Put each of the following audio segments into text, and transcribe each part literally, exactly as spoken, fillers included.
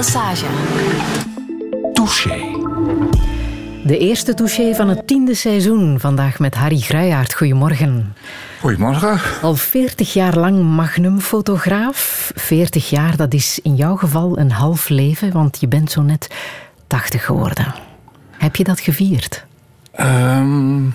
Passage. Touché. De eerste touché van het tiende seizoen. Vandaag met Harry Gruijaert. Goedemorgen. Goedemorgen. Al veertig jaar lang magnumfotograaf. veertig jaar, dat is in jouw geval een half leven, want je bent zo net tachtig geworden. Heb je dat gevierd? Um,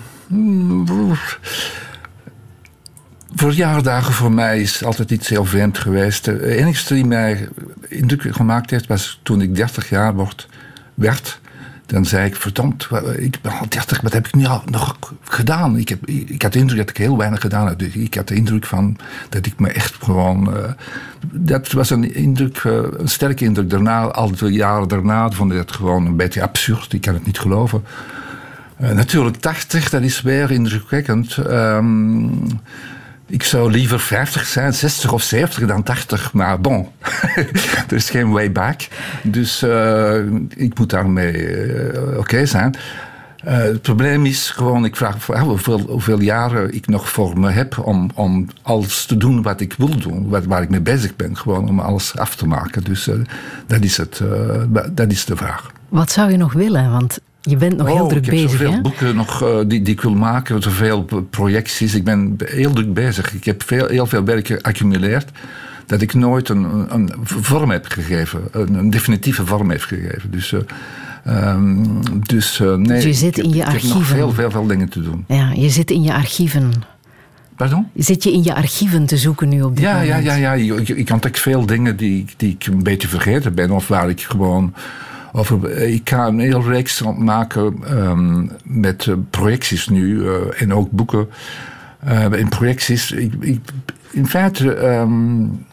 voor jaardagen voor mij is altijd iets heel vreemd geweest. De enige die mij indruk gemaakt heeft, was toen ik dertig jaar word, werd. Dan zei ik, verdomd, ik ben al dertig, wat heb ik nu al nog gedaan? Ik, heb, ik had de indruk dat ik heel weinig gedaan heb. Ik had de indruk van dat ik me echt gewoon... Uh, dat was een indruk, uh, een sterke indruk. Daarna, al de jaren daarna, vond ik het gewoon een beetje absurd. Ik kan het niet geloven. Uh, natuurlijk, tachtig, dat is weer indrukwekkend. Um, Ik zou liever vijftig zijn, zestig of zeventig dan tachtig. Maar bon, er is geen way back. Dus uh, ik moet daarmee uh, oké okay zijn. Uh, het probleem is gewoon, ik vraag uh, hoeveel, hoeveel jaren ik nog voor me heb om, om alles te doen wat ik wil doen. Wat, waar ik mee bezig ben. Gewoon om alles af te maken. Dus uh, dat is het, uh, dat is de vraag. Wat zou je nog willen? Want... je bent nog oh, heel druk bezig, hè? Ik heb zoveel boeken nog uh, die, die ik wil maken, zoveel projecties. Ik ben heel druk bezig. Ik heb veel, heel veel werk geaccumuleerd dat ik nooit een, een vorm heb gegeven. Een, een definitieve vorm heb gegeven. Dus, uh, um, dus uh, nee, dus je zit ik, in je ik archieven. heb nog veel, veel, veel dingen te doen. Ja, je zit in je archieven. Pardon? Zit je in je archieven te zoeken nu op dit ja, moment? Ja, ja, ja. Ik, ik ontdek veel dingen die, die ik een beetje vergeten ben. Of waar ik gewoon... Over, ik ga een hele reeks maken um, met uh, projecties nu uh, en ook boeken. Uh, in projecties. Ik, ik, in feite, um,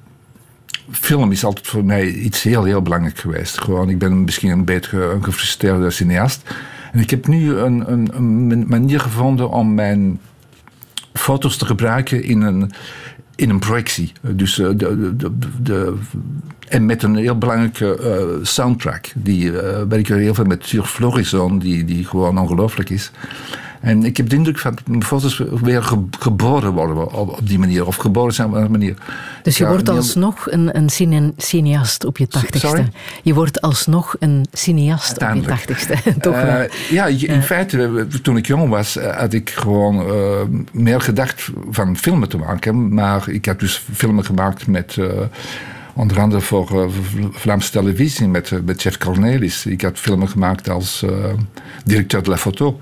film is altijd voor mij iets heel, heel belangrijk geweest. Gewoon, ik ben misschien een beetje een gefrustreerde cineast. En ik heb nu een, een, een manier gevonden om mijn foto's te gebruiken in een... in een projectie. Dus, uh, de, de, de, en met een heel belangrijke uh, soundtrack. Die uh, werk ik heel veel met Sur Florison, die, die gewoon ongelooflijk is. En ik heb de indruk dat mijn foto's weer ge, geboren worden op, op die manier. Of geboren zijn op een manier. Dus je ja, wordt alsnog een, een cine, cineast op je tachtigste. Sorry? Je wordt alsnog een cineast op je tachtigste. Toch wel? Uh, ja, in ja. feite, toen ik jong was, had ik gewoon uh, meer gedacht van filmen te maken. Maar ik heb dus filmen gemaakt met... Uh, onder andere voor uh, Vlaamse televisie met, uh, met Jeff Cornelis. Ik had filmen gemaakt als uh, directeur de la photo.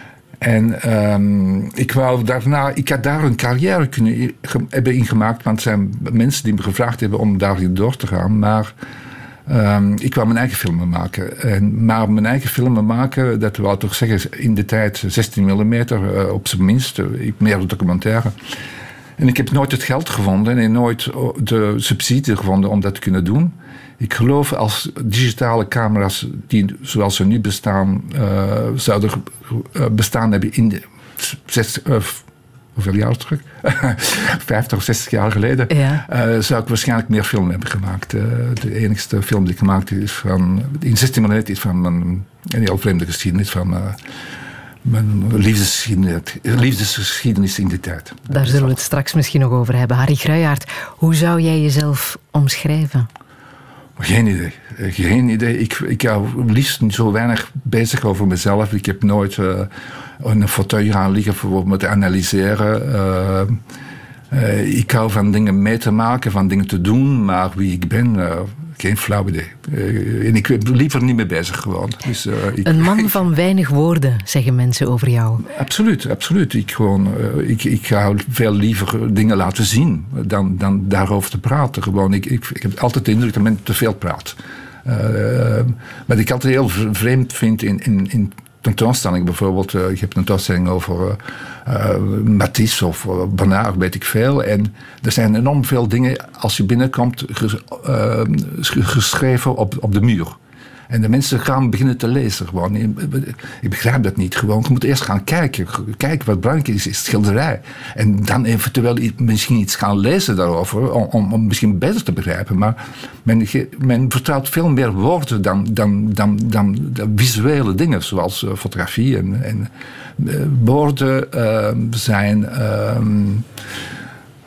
En um, ik wou daarna, ik had daar een carrière kunnen hebben ingemaakt, want er zijn mensen die me gevraagd hebben om daarin door te gaan. Maar um, ik wou mijn eigen filmen maken. En, maar mijn eigen filmen maken, dat wou toch zeggen in de tijd zestien millimeter uh, op zijn minst, uh, meer documentaire. En ik heb nooit het geld gevonden en nooit de subsidie gevonden om dat te kunnen doen. Ik geloof als digitale camera's die zoals ze nu bestaan, uh, zouden uh, bestaan hebben in de zes, uh, hoeveel jaar terug? vijftig of zestig jaar geleden. Ja. Uh, zou ik waarschijnlijk meer film hebben gemaakt. Uh, de enigste film die ik gemaakt heb is van, in zestien millimeter is van een, een heel vreemde geschiedenis van... Uh, Mijn liefdesgeschiedenis, liefdesgeschiedenis in die tijd. Daar zullen we het straks misschien nog over hebben. Harry Gruijaert, hoe zou jij jezelf omschrijven? Geen idee. Geen idee. Ik, ik hou liefst niet zo weinig bezig over mezelf. Ik heb nooit uh, een fauteuil gaan liggen voor me te analyseren. Uh, uh, ik hou van dingen mee te maken, van dingen te doen. Maar wie ik ben... Uh, geen flauw idee. Uh, en ik ben liever niet mee bezig gewoon. Dus, uh, ik, een man van weinig woorden, zeggen mensen over jou. Absoluut, absoluut. Ik, gewoon, uh, ik, ik ga veel liever dingen laten zien dan, dan daarover te praten. Gewoon, ik, ik, ik heb altijd de indruk dat men te veel praat. Uh, wat ik altijd heel vreemd vind in, in, in tentoonstellingen bijvoorbeeld. Uh, ik heb een tentoonstelling over uh, uh, Matisse of uh, Bonnard, weet ik veel. En er zijn enorm veel dingen, als je binnenkomt, ges, uh, geschreven op, op de muur. En de mensen gaan beginnen te lezen. Gewoon. Ik begrijp dat niet. Gewoon. Je moet eerst gaan kijken. Kijken wat belangrijk is, is schilderij. En dan eventueel misschien iets gaan lezen daarover. Om, om, om misschien beter te begrijpen. Maar men, men vertrouwt veel meer woorden dan, dan, dan, dan, dan visuele dingen. Zoals uh, fotografie. En, en uh, woorden uh, zijn... Uh,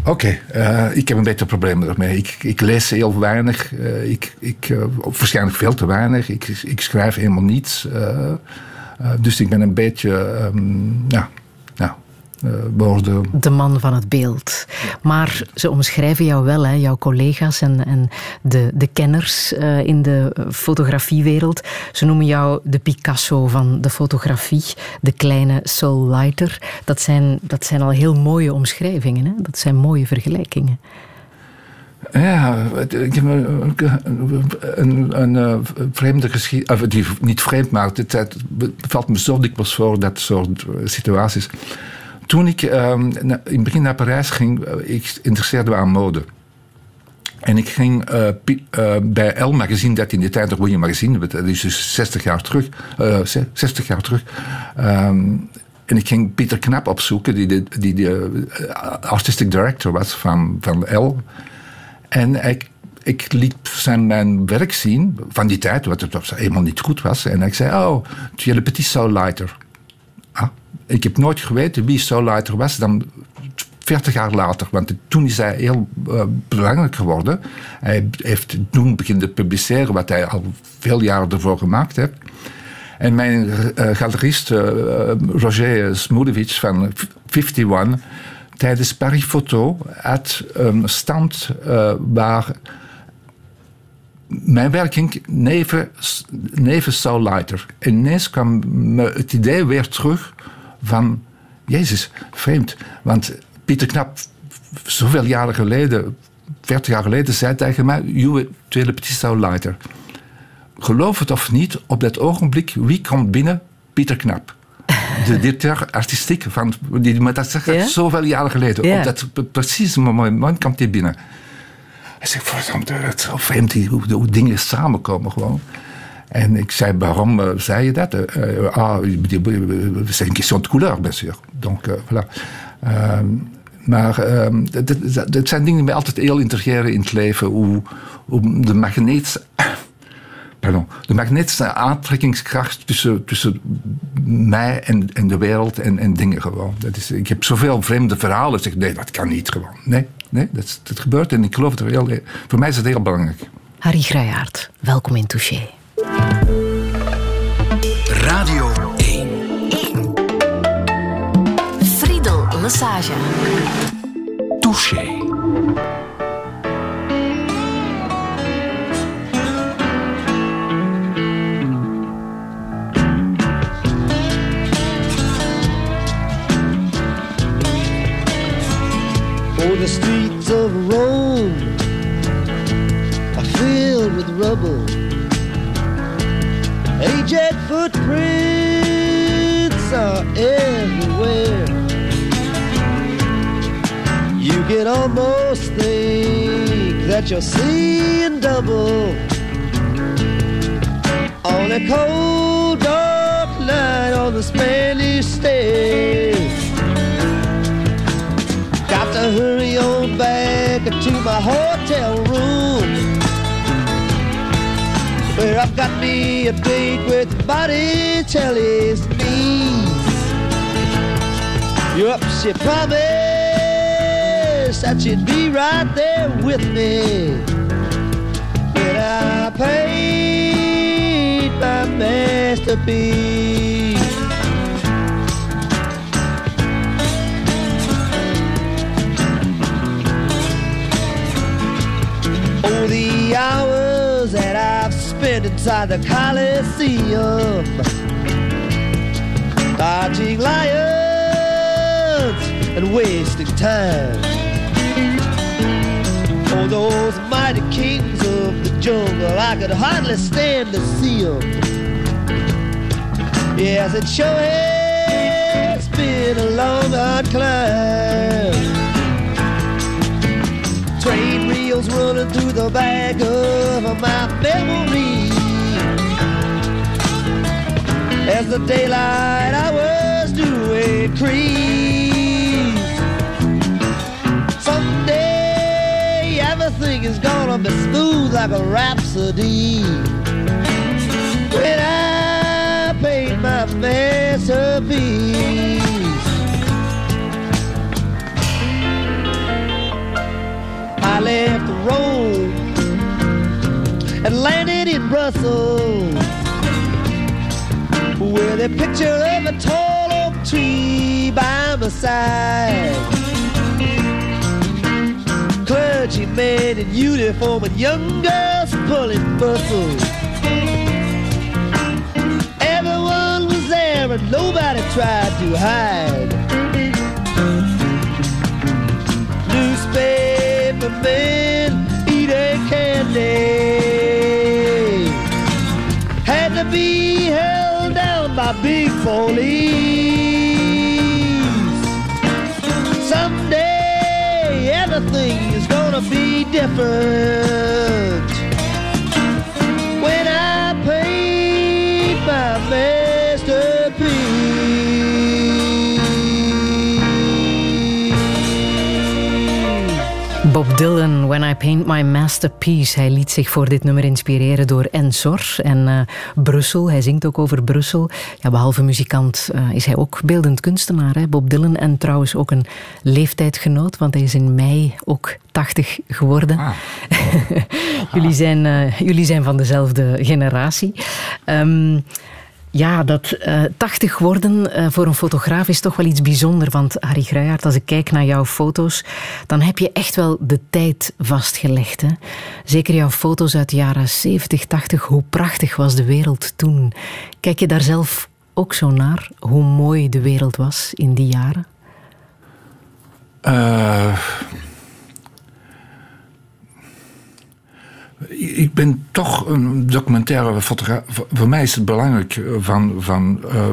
Oké, okay, uh, ik heb een beetje problemen ermee. Ik, ik lees heel weinig. Uh, ik, ik, uh, waarschijnlijk veel te weinig. Ik, ik schrijf helemaal niets. Uh, uh, dus ik ben een beetje... Um, ja, ja, uh, woorden... De man van het beeld. Maar ze omschrijven jou wel, hè, jouw collega's en, en de, de kenners uh, in de fotografiewereld. Ze noemen jou de Picasso van de fotografie. De kleine Saul Leiter. Dat zijn, dat zijn al heel mooie omschrijvingen. Hè? Dat zijn mooie vergelijkingen. Ja, ik heb een, een, een, een vreemde geschiedenis. Die niet vreemd, maar het, het valt me zo dikwijls voor, dat soort situaties. Toen ik um, in het begin naar Parijs ging, ik interesseerde me aan mode. En ik ging uh, uh, bij Elle Magazine, dat in die tijd een goede magazine, dat is dus zestig jaar terug. Uh, zestig jaar terug. Um, en ik ging Pieter Knap opzoeken, die de, die de uh, artistic director was van, van Elle. En ik, ik liet zijn mijn werk zien, van die tijd, wat het helemaal niet goed was. En ik zei, oh, tu es le petit Saul Leiter. Ah, ik heb nooit geweten wie Saul Leiter was, dan veertig jaar later. Want toen is hij heel uh, belangrijk geworden. Hij heeft toen beginnen te publiceren wat hij al veel jaren ervoor gemaakt heeft. En mijn uh, galerist uh, Roger Smudevic van eenenvijftig, tijdens Paris Photo had een stand uh, waar mijn werk ging neven, neven Saul Leiter. En ineens kwam me het idee weer terug van... Jezus, vreemd. Want Pieter Knap, zoveel jaren geleden, veertig jaar geleden, zei tegen mij... Tu es le petit Saul Leiter. Geloof het of niet, op dat ogenblik, wie komt binnen? Pieter Knap. De directeur artistiek van... Die, maar dat zegt yeah. zoveel jaren geleden. Yeah. Op dat precieze moment komt hij binnen. Hij zegt, verdomd, het is zo vreemd hoe, hoe dingen samenkomen gewoon. En ik zei, waarom uh, zei je dat? Uh, ah, c'est une question de couleur, bien sûr. Donc, uh, voilà. Uh, maar uh, dat, dat zijn dingen die mij altijd heel intrigeren in het leven. Hoe, hoe de magneet... Pardon, de magnetische aantrekkingskracht tussen, tussen mij en, en de wereld en, en dingen gewoon. Dat is, ik heb zoveel vreemde verhalen. Zeg, nee, dat kan niet gewoon. Nee, nee dat, dat gebeurt en ik geloof het er heel... Voor mij is het heel belangrijk. Harry Gruijaert, welkom in Touché. Radio één. één. Friedel Lesage. Touché. Oh, the streets of Rome are filled with rubble. Aged footprints are everywhere. You can almost think that you're seeing double on a cold, dark night on the Spanish stage. Got to hurry on back to my hotel room, where I've got me a date with Botticelli's niece. Yup, she promised that she'd be right there with me when I paint my masterpiece. Oh, the hours that I've spent inside the Coliseum, dodging lions and wasting time. Oh, those mighty kings of the jungle, I could hardly stand to see them. Yes, it sure has been a long, hard climb. Train reels running through the back of my memory as the daylight hours do increase. Someday everything is gonna be smooth like a rhapsody when I paint my masterpiece. and landed in Brussels with a picture of a tall oak tree by my side. Clergymen in uniform and young girls pulling bustles. Everyone was there and nobody tried to hide. Newspaper men eating candy had to be held down by big police. Someday everything is gonna be different when I paint my masterpiece. Bob Dylan, When I Paint My Masterpiece. Hij liet zich voor dit nummer inspireren door Ensor en uh, Brussel. Hij zingt ook over Brussel. Ja, behalve muzikant uh, is hij ook beeldend kunstenaar, hè? Bob Dylan. En trouwens ook een leeftijdgenoot, want hij is in mei ook tachtig geworden. Ah. jullie, zijn, uh, jullie zijn van dezelfde generatie. Um, Ja, dat uh, tachtig worden uh, voor een fotograaf is toch wel iets bijzonders. Want Harry Gruijaert, als ik kijk naar jouw foto's, dan heb je echt wel de tijd vastgelegd. Hè? Zeker jouw foto's uit de jaren zeventig, tachtig. Hoe prachtig was de wereld toen? Kijk je daar zelf ook zo naar? Hoe mooi de wereld was in die jaren? Uh... Ik ben toch een documentaire fotograaf. Voor mij is het belangrijk van, van uh,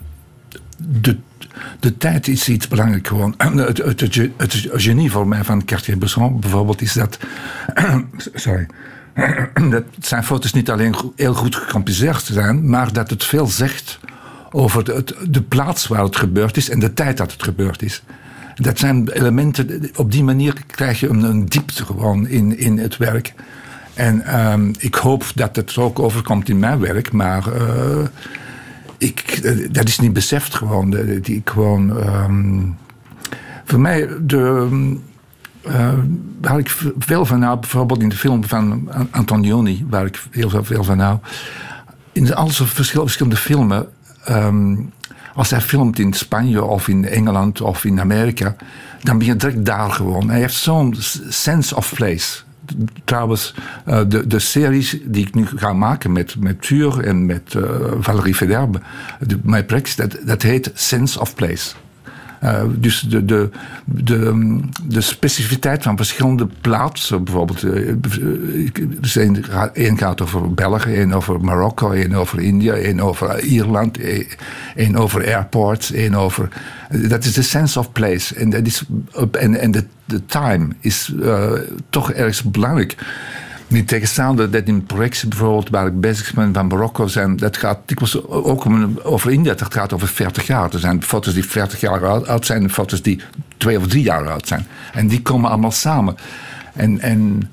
de, de tijd is iets belangrijk gewoon. Het, het, het, het genie voor mij van Cartier-Bresson bijvoorbeeld is dat, sorry, dat zijn foto's niet alleen heel goed gecomposeerd zijn, maar dat het veel zegt over de, de plaats waar het gebeurd is en de tijd dat het gebeurd is. Dat zijn elementen, op die manier krijg je een, een diepte gewoon in, in het werk. En um, ik hoop dat het ook overkomt in mijn werk, maar uh, ik, uh, dat is niet beseft gewoon. Die, die ik gewoon um, voor mij, de, uh, waar ik veel van hou, bijvoorbeeld in de film van Antonioni, waar ik heel veel van hou. In al zijn verschillende filmen, um, als hij filmt in Spanje of in Engeland of in Amerika, dan ben je direct daar gewoon. Hij heeft zo'n sense of place. Trouwens, uh, de, de series die ik nu ga maken met, met Tuur en met uh, Valerie Verderbe, de, My Prex, dat, dat heet Sense of Place. Uh, dus de, de, de, de specificiteit van verschillende plaatsen, bijvoorbeeld. Uh, er zijn, één gaat over België, één over Marokko, één over India, één over Ierland, één over airports, één over. Dat is de sense of place. En dat is en, en de, de time is uh, toch erg belangrijk. Niet tegenstaande dat in projecten bijvoorbeeld waar ik bezig ben van Marokko zijn, dat gaat dikwijls ook over India, dat gaat over veertig jaar. Er zijn foto's die veertig jaar oud zijn en foto's die twee of drie jaar oud zijn. En die komen allemaal samen. En, en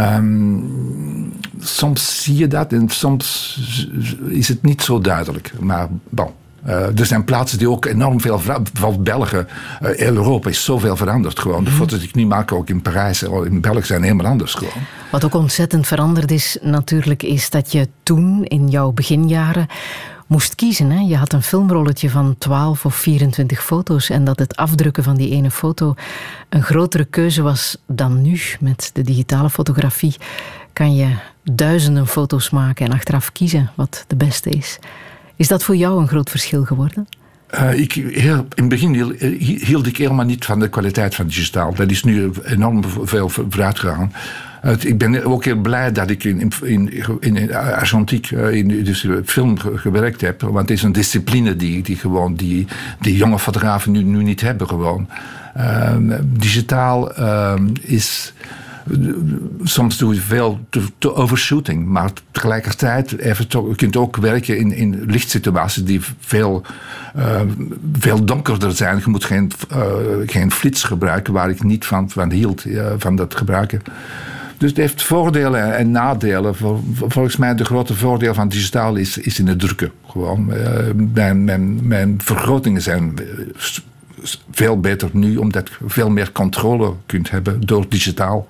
um, soms zie je dat en soms is het niet zo duidelijk. Maar bon. Uh, er zijn plaatsen die ook enorm veel veranderd. Bijvoorbeeld België, uh, heel Europa is zoveel veranderd gewoon. De foto's die ik nu maak ook in Parijs en in België zijn helemaal anders gewoon. Wat ook ontzettend veranderd is natuurlijk, is dat je toen in jouw beginjaren moest kiezen. Hè? Je had een filmrolletje van twaalf of vierentwintig foto's en dat het afdrukken van die ene foto een grotere keuze was dan nu. Met de digitale fotografie kan je duizenden foto's maken en achteraf kiezen wat de beste is. Is dat voor jou een groot verschil geworden? Uh, ik, heel, in het begin hield ik helemaal niet van de kwaliteit van digitaal. Dat is nu enorm veel vooruit gegaan. Uh, ik ben ook heel blij dat ik in, in, in argentiek, in dus film gewerkt heb. Want het is een discipline die, die, gewoon, die, die jonge fotografen nu, nu niet hebben. Gewoon. Uh, digitaal uh, is. Soms doe je veel te, te overshooting, maar tegelijkertijd even to, je kunt ook werken in, in lichtsituaties die veel, uh, veel donkerder zijn. Je moet geen, uh, geen flits gebruiken, waar ik niet van, van hield, uh, van dat gebruiken. Dus het heeft voordelen en nadelen. Volgens mij de grote voordeel van digitaal is, is in het drukken. Gewoon. Uh, mijn, mijn, mijn vergrotingen zijn veel beter nu, omdat je veel meer controle kunt hebben door digitaal.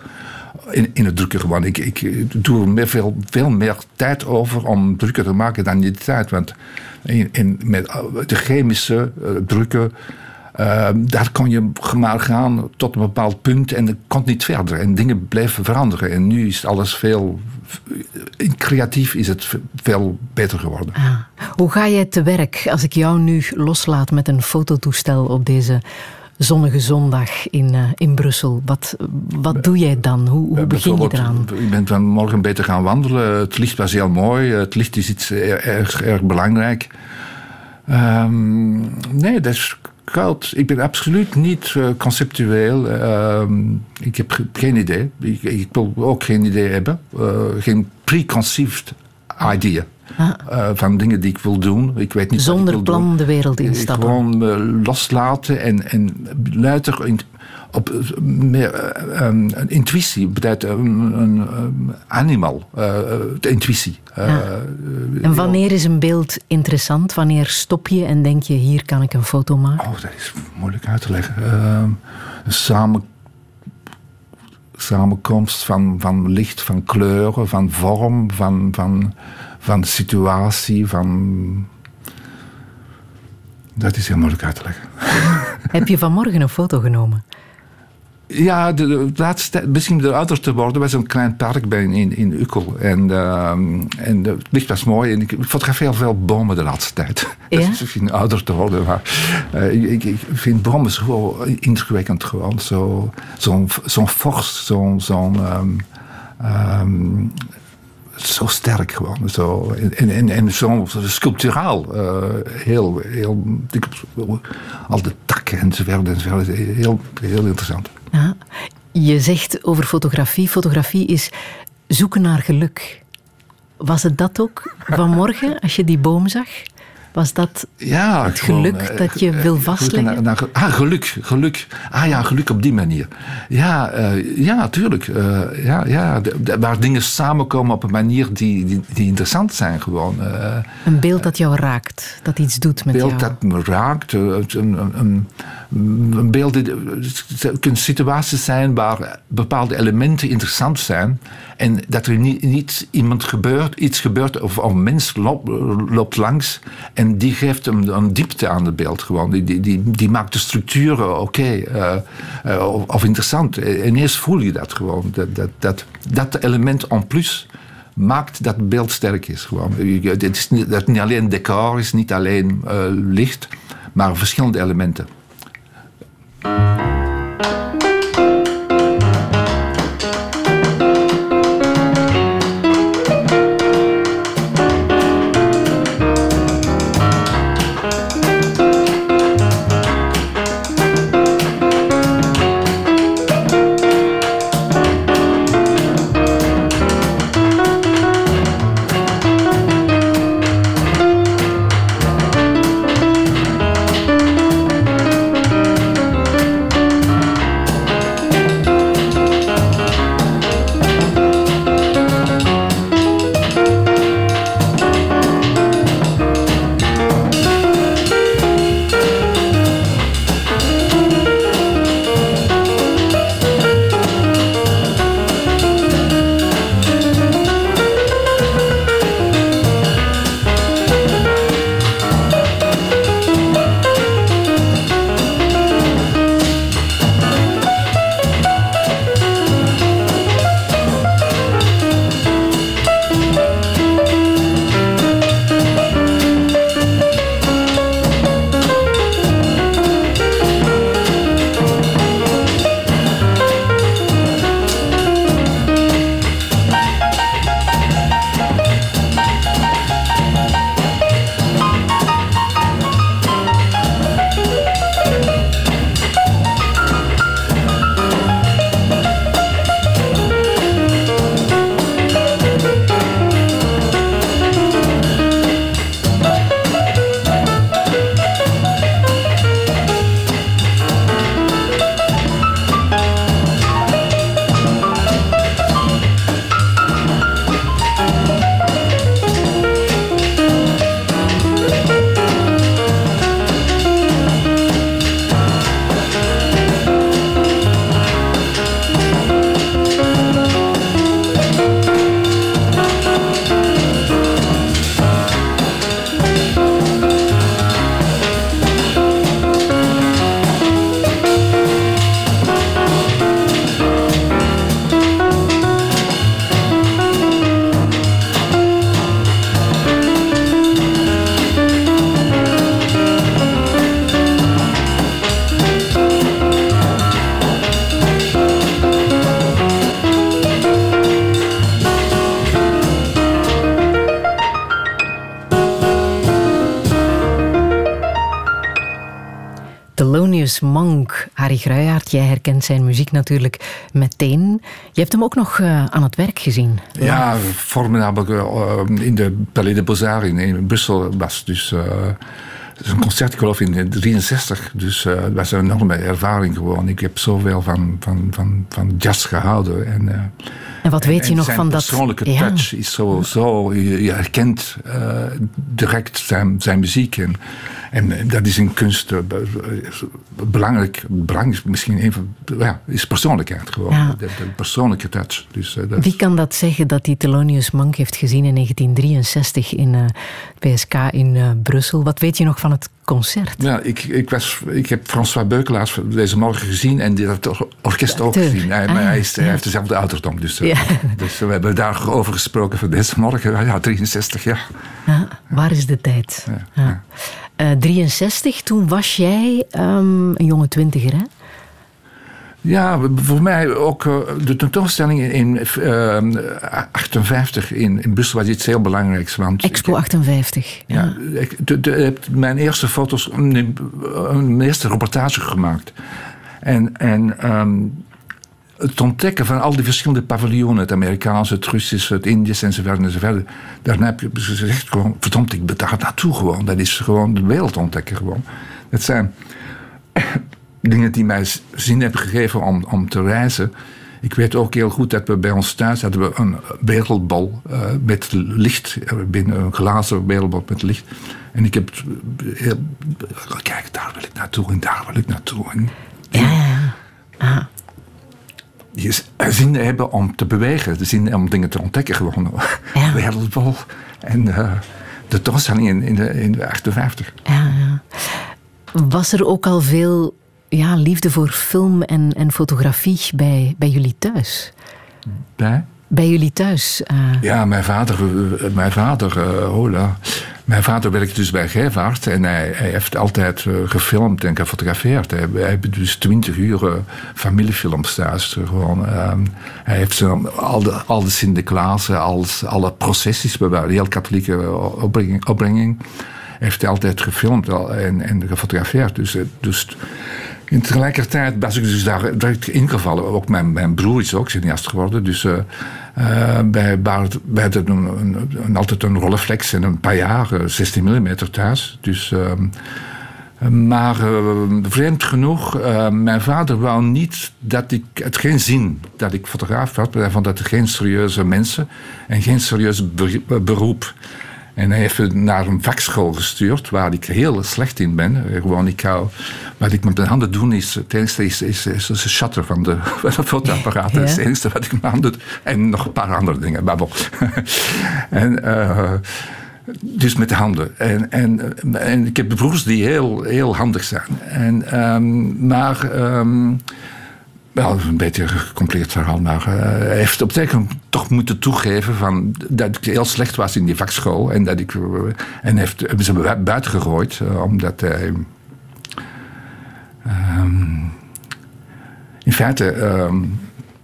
in, in het drukken gewoon. Ik, ik doe er meer, veel, veel meer tijd over om drukken te maken dan die tijd. Want in, in, met de chemische uh, drukken, uh, daar kon je maar gaan tot een bepaald punt en het kon niet verder. En dingen bleven veranderen. En nu is alles veel... Creatief is het veel beter geworden. Ah. Hoe ga jij te werk als ik jou nu loslaat met een fototoestel op deze zonnige zondag in, uh, in Brussel? Wat, wat doe jij dan? Hoe, hoe begin je eraan? Ik ben vanmorgen beter gaan wandelen. Het licht was heel mooi. Het licht is iets erg, erg belangrijk. Um, nee, dat is koud. Ik ben absoluut niet uh, conceptueel. Um, ik heb geen idee. Ik, ik wil ook geen idee hebben. Uh, geen preconceived idea. Ah. Uh, van dingen die ik wil doen. Ik weet niet Zonder wat ik wil plan doen. de wereld instappen. Gewoon uh, loslaten en, en luider in, op meer uh, um, een intuïtie. Betekent een, een, een animal. Uh, de intuïtie. Uh, ja. En wanneer is een beeld interessant? Wanneer stop je en denk je, hier kan ik een foto maken? Oh, dat is moeilijk uit te leggen. Uh, samen samenkomst van, van licht, van kleuren, van vorm, van, van, van situatie, van... Dat is heel moeilijk uit te leggen. Heb je vanmorgen een foto genomen? Ja, de, de laatste tijd, misschien door ouder te worden, was een klein park bij in, in Ukkel. En, uh, en het licht was mooi. En ik fotografeer veel bomen de laatste tijd. Ja? Dat is misschien ouder te worden. Maar uh, ik, ik vind bomen zo indrukwekkend gewoon. Zo, zo'n, zo'n fors, zo'n... zo'n um, um, zo sterk gewoon. Zo, en, en, en zo sculpturaal. Uh, heel, heel... Al de takken enzovoort. enzovoort heel, heel interessant. Ja, je zegt over fotografie. Fotografie is zoeken naar geluk. Was het dat ook vanmorgen, als je die boom zag? Was dat ja, het gewoon, geluk dat je wil vastleggen? Naar, naar, ah, geluk, geluk. Ah ja, geluk op die manier. Ja, uh, ja tuurlijk. Uh, ja, ja, de, de, waar dingen samenkomen op een manier die, die, die interessant zijn gewoon. Uh, een beeld dat jou raakt, dat iets doet met jou. Een beeld dat me raakt. Een, een, een, een beeld, het kunnen situaties zijn waar bepaalde elementen interessant zijn. En dat er niet, niet iemand gebeurt, iets gebeurt of, of een mens loopt, loopt langs en die geeft hem een diepte aan het beeld gewoon. Die, die, die, die maakt de structuren oké okay, uh, uh, of, of interessant. En eerst voel je dat gewoon. Dat, dat, dat, dat element en plus maakt dat het beeld sterk is. Gewoon. Het is niet, dat niet alleen decor is, niet alleen uh, licht, maar verschillende elementen. Thelonious Monk, Harry Gruijaert, jij herkent zijn muziek natuurlijk meteen. Je hebt hem ook nog uh, aan het werk gezien. Ja, formidabel. Uh, in de Palais de Beaux-Arts in, in Brussel was dus... Uh, Het is een concert, ik geloof, in negentien drieënzestig. Dus uh, het was een enorme ervaring gewoon. Ik heb zoveel van, van, van, van jazz gehouden. En, uh, en wat weet en, je nog zijn van dat... Zijn persoonlijke touch ja. is zo... zo je, je herkent uh, direct zijn, zijn muziek. En, en dat is in kunst uh, belangrijk. Belangrijk misschien een van... Ja, is persoonlijkheid gewoon. Ja. De, de persoonlijke touch. Dus, uh, Wie kan dat zeggen dat die Thelonious Monk heeft gezien in negentien drieënzestig in uh, P S K in uh, Brussel? Wat weet je nog van het concert? Ja, ik, ik, was, ik heb François Beukelaars deze morgen gezien en die had het orkest ook gezien. Hij, ah, maar hij, is, ja. hij heeft dezelfde ouderdom. Dus, ja. dus we hebben daarover gesproken voor deze morgen. Ja, drieënzestig jaar. Ja, waar is de tijd? Ja, ja. Ja. Uh, drieënzestig, toen was jij um, een jonge twintiger, hè? Ja, voor mij ook uh, de tentoonstelling in uh, achtenvijftig in, in Brussel was iets heel belangrijks. Want Expo achtenvijftig. Ja. Ja, ik de, de, heb mijn eerste foto's, een, een eerste reportage gemaakt. En, en um, het ontdekken van al die verschillende paviljoenen, het Amerikaanse, het Russische, het Indische enzovoort enzovoort. Daarna heb je gezegd gewoon, verdomd, ik ben daar naartoe gewoon. Dat is gewoon de wereld ontdekken gewoon. Dat zijn dingen die mij zin hebben gegeven om, om te reizen. Ik weet ook heel goed dat we bij ons thuis hadden we een wereldbol uh, met licht. Binnen een glazen wereldbol met licht. En ik heb heel, kijk, daar wil ik naartoe en daar wil ik naartoe. En, ja, ja, ja. Je zin hebben om te bewegen, de zin om dingen te ontdekken gewoon. Ja. Wereldbol en uh, de toonstelling in, in, de, in de achtenvijftig. Ja, ja. Was er ook al veel ja, liefde voor film en, en fotografie bij, bij jullie thuis? Bij? Bij jullie thuis. Uh... Ja, mijn vader, mijn vader, uh, hola. Mijn vader werkte dus bij Gevaert en hij, hij heeft altijd uh, gefilmd en gefotografeerd. Hij, hij heeft dus twintig uur uh, familiefilms thuis. Uh, gewoon, uh, hij heeft zo, al, de, al de Sinterklaasen, alles, alle processies bewaard, de heel katholieke opbrenging. opbrenging. Heeft hij altijd gefilmd en, en gefotografeerd. Dus, dus in tegelijkertijd was ik dus daar direct ingevallen. Ook mijn, mijn broer is ook cineast geworden. Dus uh, uh, wij, wij hadden een, een, een, altijd een Rolleiflex en een paar jaar, zestien millimeter thuis. Dus, uh, maar uh, vreemd genoeg, uh, mijn vader wou niet dat ik... Het geen zin dat ik fotograaf was. Hij vond dat er geen serieuze mensen en geen serieus beroep. En hij heeft me naar een vakschool gestuurd, waar ik heel slecht in ben. Gewoon, ik hou, wat ik met mijn handen doe, is het enige is, is, is, is de shutter van de, van de fotoapparaat. Ja. Dat is het enige wat ik met mijn handen doe. En nog een paar andere dingen, babbel. en, uh, dus met de handen. En, en, en ik heb broers die heel, heel handig zijn. En, um, maar... Um, Wel, een beetje een gecompliceerd verhaal, maar uh, hij heeft op zich toch moeten toegeven van, dat ik heel slecht was in die vakschool. En dat ik. Uh, en heeft, hebben ze me buiten gegooid, uh, omdat hij. Um, in feite. Um,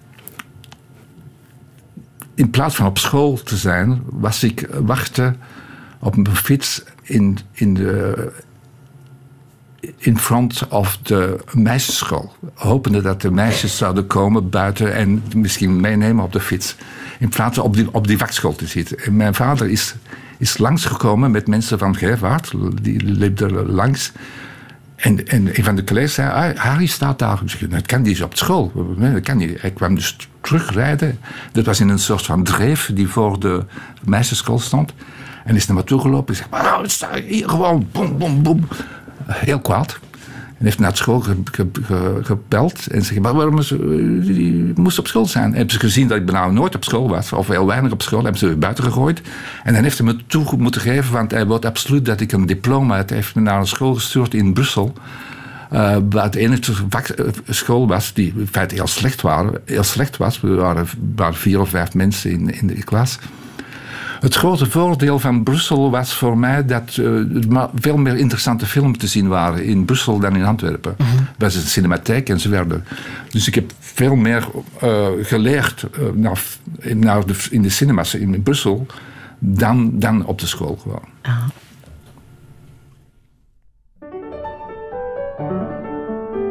in plaats van op school te zijn, was ik wachten op mijn fiets in, in de. in front of de meisjesschool. Hopende dat de meisjes zouden komen buiten en misschien meenemen op de fiets. In plaats van op die, op die vakschool te zitten. En mijn vader is, is langsgekomen met mensen van Gevaert. Die leefden langs. En, en een van de collega's zei, ah, Harry staat daar. Ik zei, dat kan die is op school. Nee, dat kan niet. Hij kwam dus terugrijden. Dat was in een soort van dreef die voor de meisjesschool stond. En is naar me toe gelopen. En zei, nou, sta hier gewoon, boem, boem, boem. Heel kwaad. En heeft naar school ge, ge, ge, gebeld. En zei, maar waarom je moest op school zijn? En hebben ze gezien dat ik bijna nooit op school was. Of heel weinig op school. Hebben ze weer buiten gegooid. En dan heeft hij me toe moeten geven. Want hij wilde absoluut dat ik een diploma had. Hij heeft me naar een school gestuurd in Brussel. Uh, waar de enige school was die in feite heel slecht, waren, heel slecht was. We waren, waren vier of vijf mensen in, in de klas. Het grote voordeel van Brussel was voor mij dat er uh, veel meer interessante films te zien waren in Brussel dan in Antwerpen. Mm-hmm. Er was een cinematheek en zo verder. Dus ik heb veel meer uh, geleerd uh, naar, naar de, in de cinemas in Brussel dan, dan op de school gewoon. Ah.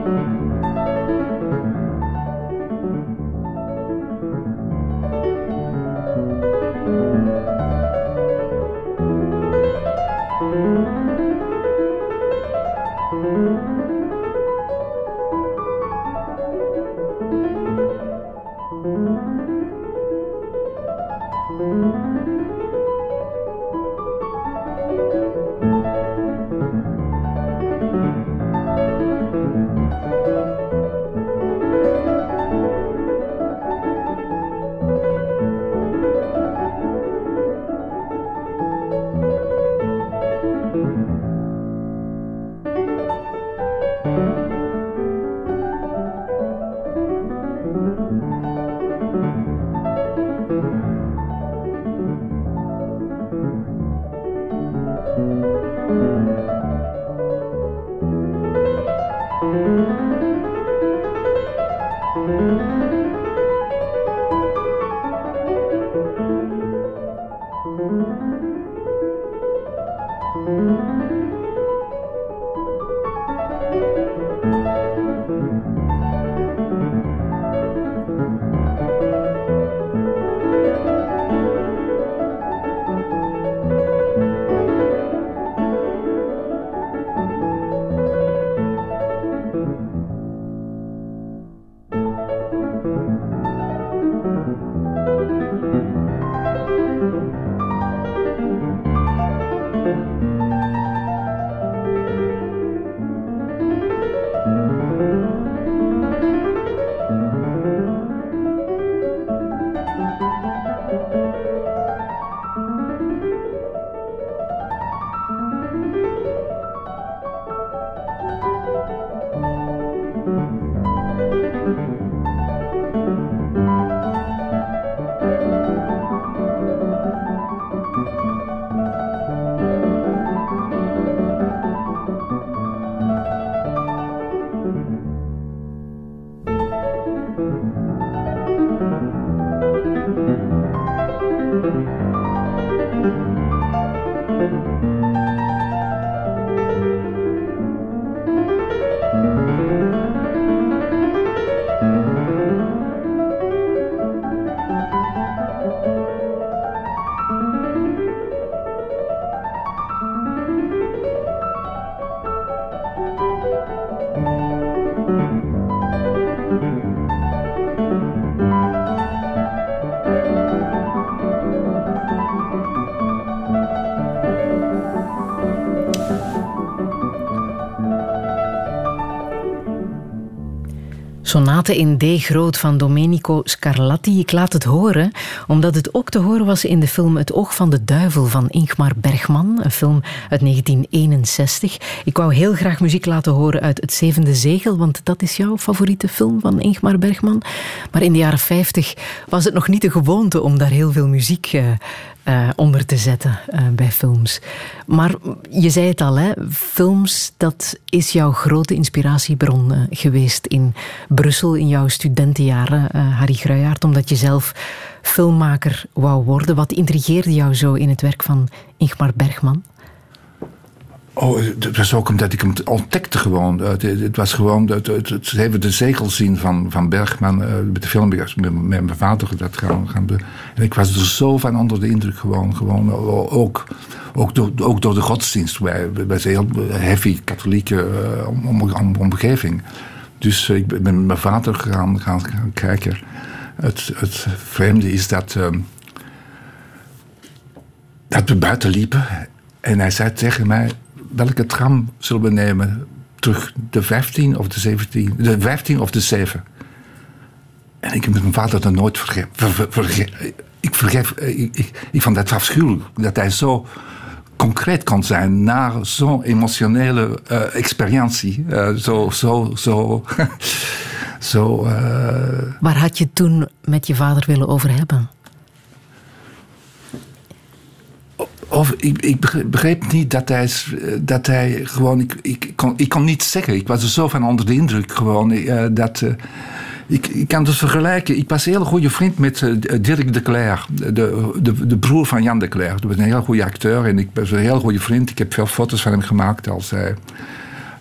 Sonate in D groot van Domenico Scarlatti. Ik laat het horen, omdat het ook te horen was in de film Het Oog van de Duivel van Ingmar Bergman, een film uit negentien eenenzestig. Ik wou heel graag muziek laten horen uit Het Zevende Zegel, want dat is jouw favoriete film van Ingmar Bergman. Maar in de jaren vijftig was het nog niet de gewoonte om daar heel veel muziek uh, uh, onder te zetten uh, bij films. Maar je zei het al, hè, films, dat is jouw grote inspiratiebron uh, geweest in Brussel in jouw studentenjaren, uh, Harry Gruijaert, omdat je zelf filmmaker wou worden. Wat intrigeerde jou zo in het werk van Ingmar Bergman? Oh, het was ook omdat ik hem ontdekte gewoon. Het, het was gewoon het, het, het even de zegel zien van, van Bergman uh, met de film. Met, met mijn vader dat gaan, gaan be- en ik was er zo van onder de indruk gewoon. gewoon ook, ook, door, ook door de godsdienst. Wij, wij zijn heel heavy katholieke uh, om, om, omgeving. Dus uh, ik ben met mijn vader gaan, gaan, gaan kijken. Het, het vreemde is dat, uh, dat we buiten liepen. En hij zei tegen mij: welke tram zullen we nemen? Terug de vijftien of de zeventien? De vijftien of de zeven? En ik heb met mijn vader dat nooit vergeven. Ver, ver, verge- ik, vergeef, ik, ik, ik vond dat afschuwelijk. Dat hij zo concreet kan zijn na zo'n emotionele uh, experientie. Uh, zo, zo, zo... zo uh... Waar had je toen met je vader willen over hebben? Of, ik, ik begreep niet dat hij, dat hij gewoon... Ik, ik, kon, ik kon niet zeggen. Ik was er zo van onder de indruk gewoon. Uh, dat, uh, ik, ik kan dus vergelijken. Ik was een hele goede vriend met uh, Dirk de Cler. De, de, de broer van Jan de Cler. Dat was een heel goede acteur. En ik was een heel goede vriend. Ik heb veel foto's van hem gemaakt als hij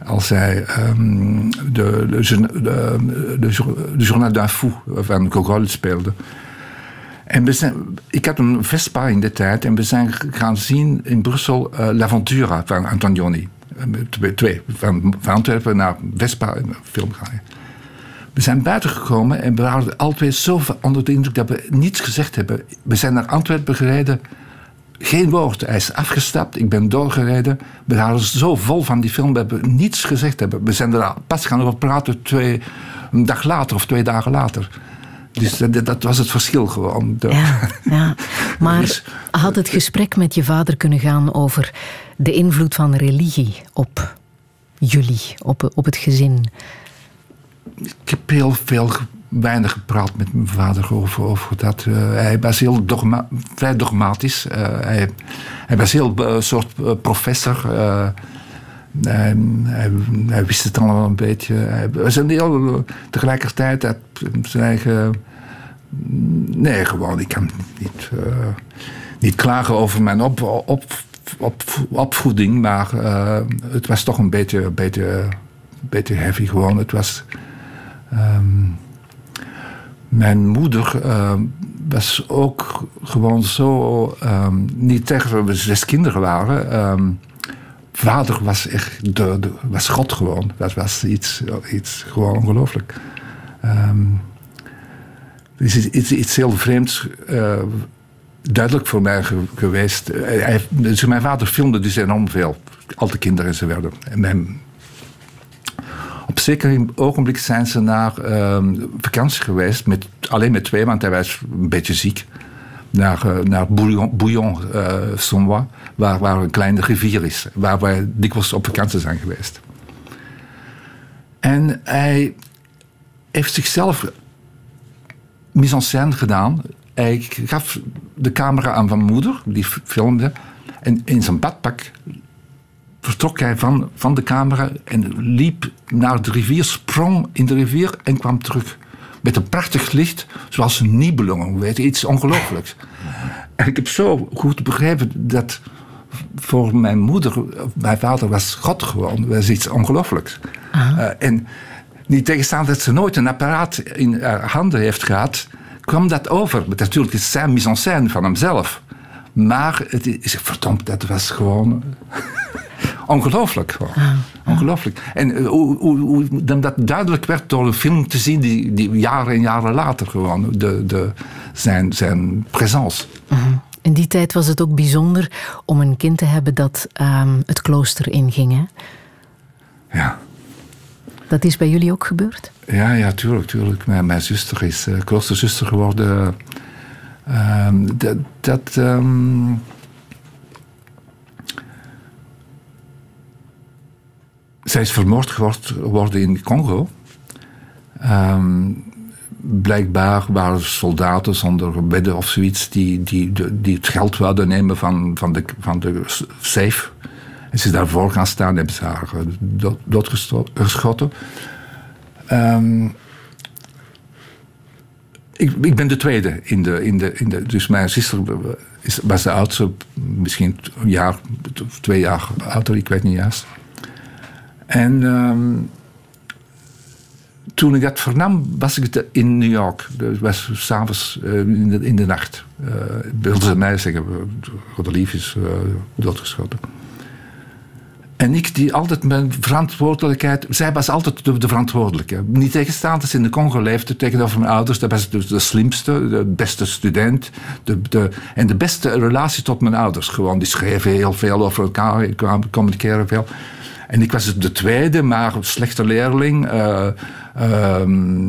als hij um, de, de, de, de, de Journal d'un Fou van Gogol speelde. En we zijn, ik had een Vespa in de tijd en we zijn gaan zien in Brussel uh, L'Aventura van Antonioni. Twee, twee van, van Antwerpen naar Vespa een film gaan. We zijn buiten gekomen en we hadden altijd zo onder de indruk dat we niets gezegd hebben. We zijn naar Antwerpen gereden, geen woord. Hij is afgestapt, ik ben doorgereden. We waren zo vol van die film dat we niets gezegd hebben. We zijn er pas gaan over praten twee, een dag later of twee dagen later. Dus dat, dat was het verschil gewoon. Ja, ja. Maar dus, had het gesprek met je vader kunnen gaan over de invloed van religie op jullie, op, op het gezin? Ik heb heel veel, weinig gepraat met mijn vader over, over dat. Uh, hij was heel dogma, vrij dogmatisch. Uh, hij, hij was heel een uh, soort uh, professor. Uh, hij, hij, hij wist het allemaal een beetje. Hij was een heel, uh, tegelijkertijd had zijn eigen. Nee, gewoon, ik kan niet, uh, niet klagen over mijn op, op, op, opvoeding, maar uh, het was toch een beetje, beetje, beetje heavy gewoon. Het was. Um, mijn moeder uh, was ook gewoon zo. Um, niet tegen we zes kinderen waren. Um, vader was echt. De, de, was God gewoon. Dat was iets, iets gewoon ongelooflijk. Um, het is iets, iets heel vreemds. Uh, duidelijk voor mij ge, geweest. Uh, hij, dus mijn vader filmde dus enorm veel. Al de kinderen ze werden. En mijn. Op zeker ogenblik zijn ze naar uh, vakantie geweest, met, alleen met twee, want hij was een beetje ziek. Naar, uh, naar Bouillon, Bouillon uh, Sommois, waar, waar een kleine rivier is, waar wij dikwijls op vakantie zijn geweest. En hij heeft zichzelf mise en scène gedaan. Hij gaf de camera aan mijn moeder, die filmde, en in zijn badpak vertrok hij van, van de camera en liep naar de rivier, sprong in de rivier en kwam terug. Met een prachtig licht, zoals een Nibelung, weet je, iets ongelooflijks. En ik heb zo goed begrepen dat voor mijn moeder, mijn vader was God gewoon, was iets ongelooflijks. Uh, en niet tegenstaan dat ze nooit een apparaat in haar handen heeft gehad, kwam dat over. Maar natuurlijk is het zijn mise en scène van hemzelf. Maar het is, verdomd, dat was gewoon. Ongelooflijk gewoon. Ah, ah. Ongelooflijk. En uh, hoe, hoe, hoe dat duidelijk werd door een film te zien die, die jaren en jaren later gewoon de, de, zijn, zijn présence. Uh-huh. In die tijd was het ook bijzonder om een kind te hebben dat um, het klooster inging, hè? Ja. Dat is bij jullie ook gebeurd? Ja, ja, tuurlijk, tuurlijk. Mijn, mijn zuster is uh, kloosterzuster geworden. Uh, dat... dat um, Zij is vermoord geworden in Congo. Um, blijkbaar waren er soldaten zonder bedden of zoiets die, die, die het geld wilden nemen van, van, de, van de safe. En ze is daarvoor gaan staan en hebben ze haar dood, doodgeschoten. Um, ik, ik ben de tweede in de, in de, in de. Dus mijn zuster is, was de oudste, misschien een jaar, twee jaar ouder, ik weet niet juist. En um, toen ik dat vernam, was ik in New York. Dat was s'avonds uh, in, de, in de nacht. Uh, wilden ze mij zeggen, Godelief is uh, doodgeschoten. En ik die altijd mijn verantwoordelijkheid. Zij was altijd de, de verantwoordelijke. Niet tegenstaan dat ze in de Congo leefde tegenover mijn ouders. Dat was dus de slimste, de beste student. De, de, en de beste relatie tot mijn ouders. Gewoon, die schreven heel veel over elkaar, communiceren veel. En ik was de tweede, maar slechte leerling. Uh, uh,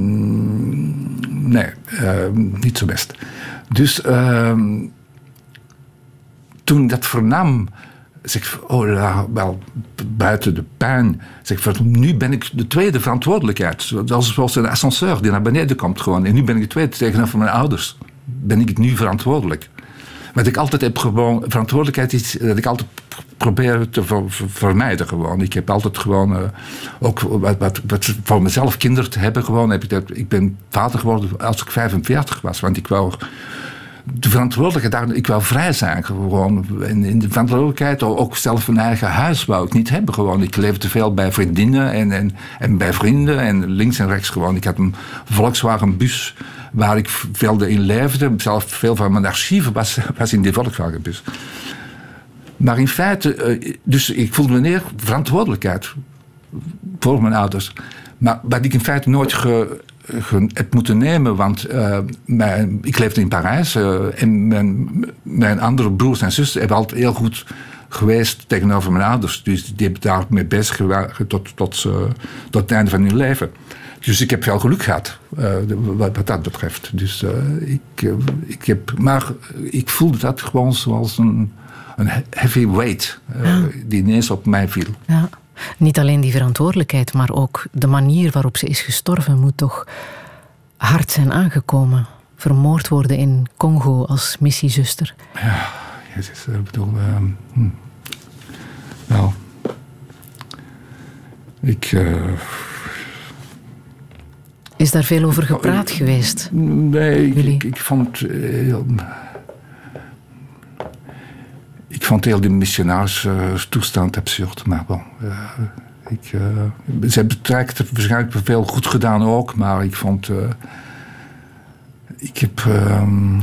nee, uh, niet zo best. Dus uh, toen dat vernam, zeg ik, oh ja, wel, buiten de pijn. Zeg ik, nu ben ik de tweede verantwoordelijkheid. Zoals een ascenseur die naar beneden komt gewoon. En nu ben ik de tweede tegenover mijn ouders. Ben ik nu verantwoordelijk. Wat ik altijd heb gewoon, verantwoordelijkheid is dat ik altijd probeer te ver, ver, vermijden gewoon. Ik heb altijd gewoon, uh, ook wat, wat, wat voor mezelf kinderen te hebben gewoon, heb ik dat, ik ben vader geworden als ik vijfenveertig was, want ik wou de verantwoordelijkheid, daar, ik wou vrij zijn gewoon. En in de verantwoordelijkheid, ook zelf een eigen huis wou ik niet hebben gewoon. Ik leefde te veel bij vriendinnen en, en, en bij vrienden en links en rechts gewoon. Ik had een Volkswagen bus waar ik veel in leefde. Zelf veel van mijn archieven was, was in die Volkswagen bus. Maar in feite, dus ik voelde me neer verantwoordelijkheid voor mijn ouders. Maar wat ik in feite nooit ge, ge, heb moeten nemen, want uh, mijn, ik leefde in Parijs uh, en mijn, mijn andere broers en zussen hebben altijd heel goed geweest tegenover mijn ouders. Dus die hebben daarmee bezig geweest tot, tot, uh, tot het einde van hun leven. Dus ik heb veel geluk gehad, uh, wat, wat dat betreft. Dus, uh, ik, uh, ik heb, maar ik voelde dat gewoon zoals een, een heavy weight uh, ja. die ineens op mij viel. Ja. Niet alleen die verantwoordelijkheid, maar ook de manier waarop ze is gestorven moet toch hard zijn aangekomen. Vermoord worden in Congo als missiezuster. Ja, het is, ik bedoel... Uh, hm. Nou... Ik... Uh, is daar veel over gepraat uh, geweest? Nee, ik, ik, ik vond... Uh, Ik vond heel die missionaris-toestand absurd, maar bon. Uh, ik, uh, ze hebben het waarschijnlijk veel goed gedaan ook, maar ik vond... Uh, ik heb... Um,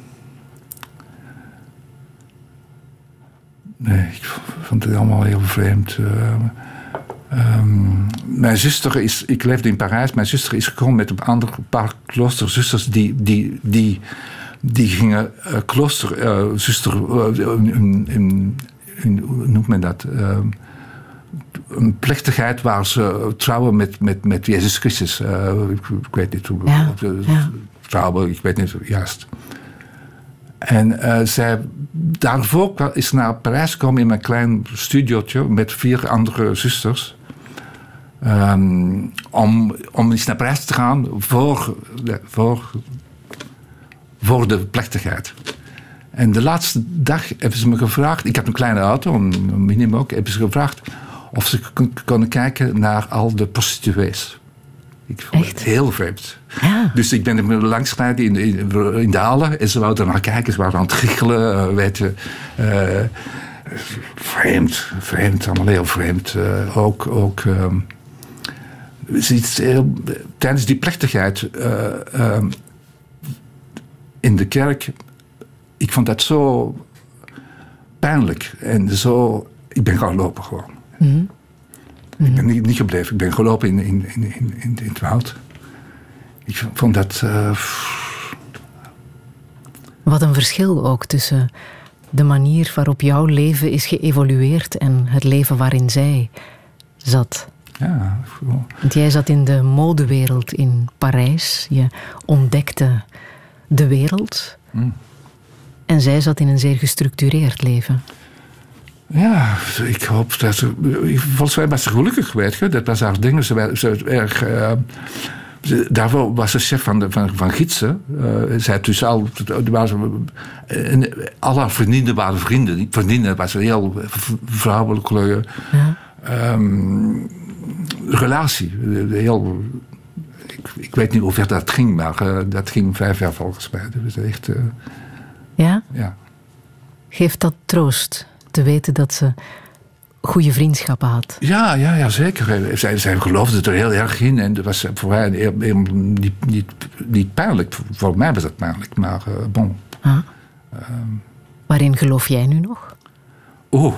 nee, ik vond het allemaal heel vreemd. Uh, um, mijn zuster is... Ik leefde in Parijs. Mijn zuster is gekomen met een ander paar kloosterzusters die... die, die Die gingen uh, klooster, uh, zuster, uh, in, in, in, hoe noemt men dat? Uh, een plechtigheid waar ze trouwen met, met, met Jezus Christus. Uh, ik, ik weet niet hoe. Ja, uh, ja. Trouwen, ik weet niet juist. En uh, zij, daarvoor is naar Parijs gekomen in mijn klein studiootje met vier andere zusters. Um, om, om eens naar Parijs te gaan voor. voor Voor de plechtigheid. En de laatste dag hebben ze me gevraagd... Ik heb een kleine auto, een, een minimum ook... hebben ze gevraagd of ze kon, konden kijken naar al de prostituees. Ik vond Echt? het heel vreemd. Ja. Dus ik ben er langs gereden in, in, in de hallen... en ze wouden er naar kijken, ze waren aan het giechelen, uh, weet je... Uh, vreemd, vreemd, allemaal heel vreemd. Uh, ook... ook um, iets heel, tijdens die plechtigheid... Uh, um, in de kerk, ik vond dat zo pijnlijk. En zo, ik ben gaan lopen gewoon. Mm-hmm. Ik ben niet, niet gebleven, ik ben gelopen in, in, in, in, in het woud. Ik vond dat... Uh, Wat een verschil ook tussen de manier waarop jouw leven is geëvolueerd en het leven waarin zij zat. Ja, gewoon. Want jij zat in de modewereld in Parijs. Je ontdekte de wereld. Mm. En zij zat in een zeer gestructureerd leven. Ja, ik hoop dat ze... Volgens mij was ze gelukkig, weet je. Dat was haar ding. Ze was erg... Uh, ze, daarvoor was ze chef van, de, van, van gidsen. Uh, zij dus al... Was, uh, al haar vriendinnen waren vrienden. Vriendinnen was een heel vrouwelijke... Ja. Um, relatie. Heel... Ik, ik weet niet hoe ver dat ging, maar uh, dat ging vijf jaar volgens mij. Dat was echt... Uh, ja? Ja. Geeft dat troost, te weten dat ze goede vriendschappen had? Ja, ja, ja zeker. Zij, zij geloofde er heel erg in. En dat was voor haar heel, heel, niet, niet, niet pijnlijk. Voor mij was dat pijnlijk, maar uh, bon. Ah. Um, Waarin geloof jij nu nog? Oeh.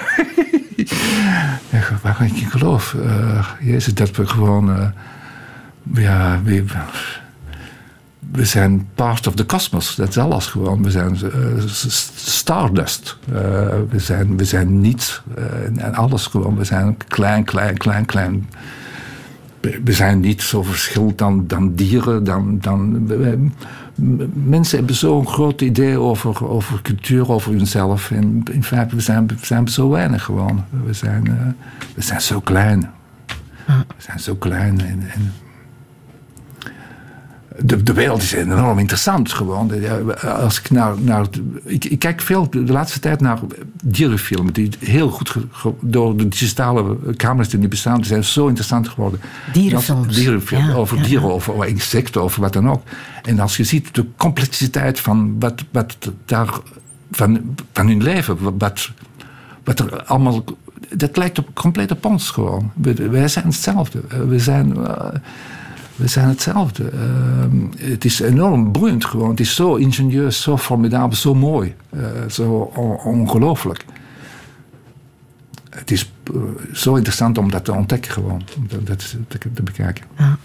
Ja, waar ik in geloof? Uh, Jezus, dat we gewoon... Uh, ja, we, we zijn part of the cosmos. Dat is alles gewoon. We zijn uh, stardust. Uh, we, zijn, we zijn niets. Uh, en alles gewoon. We zijn klein, klein, klein, klein. We zijn niet zo verschillend dan, dan dieren. Dan, dan, we, mensen hebben zo'n groot idee over, over cultuur, over hunzelf. En in feite, we zijn, we zijn zo weinig gewoon. We zijn, uh, we zijn zo klein. We zijn zo klein. En, en De, de wereld is enorm interessant gewoon. Als ik, naar, naar, ik, ik kijk veel de laatste tijd naar dierenfilmen die heel goed ge, ge, door de digitale camera's die nu bestaan, die zijn zo interessant geworden. Dierenfilms. Dierenfilms, ja, over ja. dieren, over insecten, over wat dan ook. En als je ziet de complexiteit van wat, wat daar van, van hun leven, wat, wat er allemaal. Dat lijkt op compleet op ons gewoon. Wij zijn hetzelfde. We zijn. Uh, We zijn hetzelfde. Uh, het is enorm boeiend gewoon. Het is zo ingenieus, zo formidabel, zo mooi. Uh, zo on- ongelooflijk. Het is uh, zo interessant om dat te ontdekken gewoon. Om dat, dat te, te bekijken. Ja.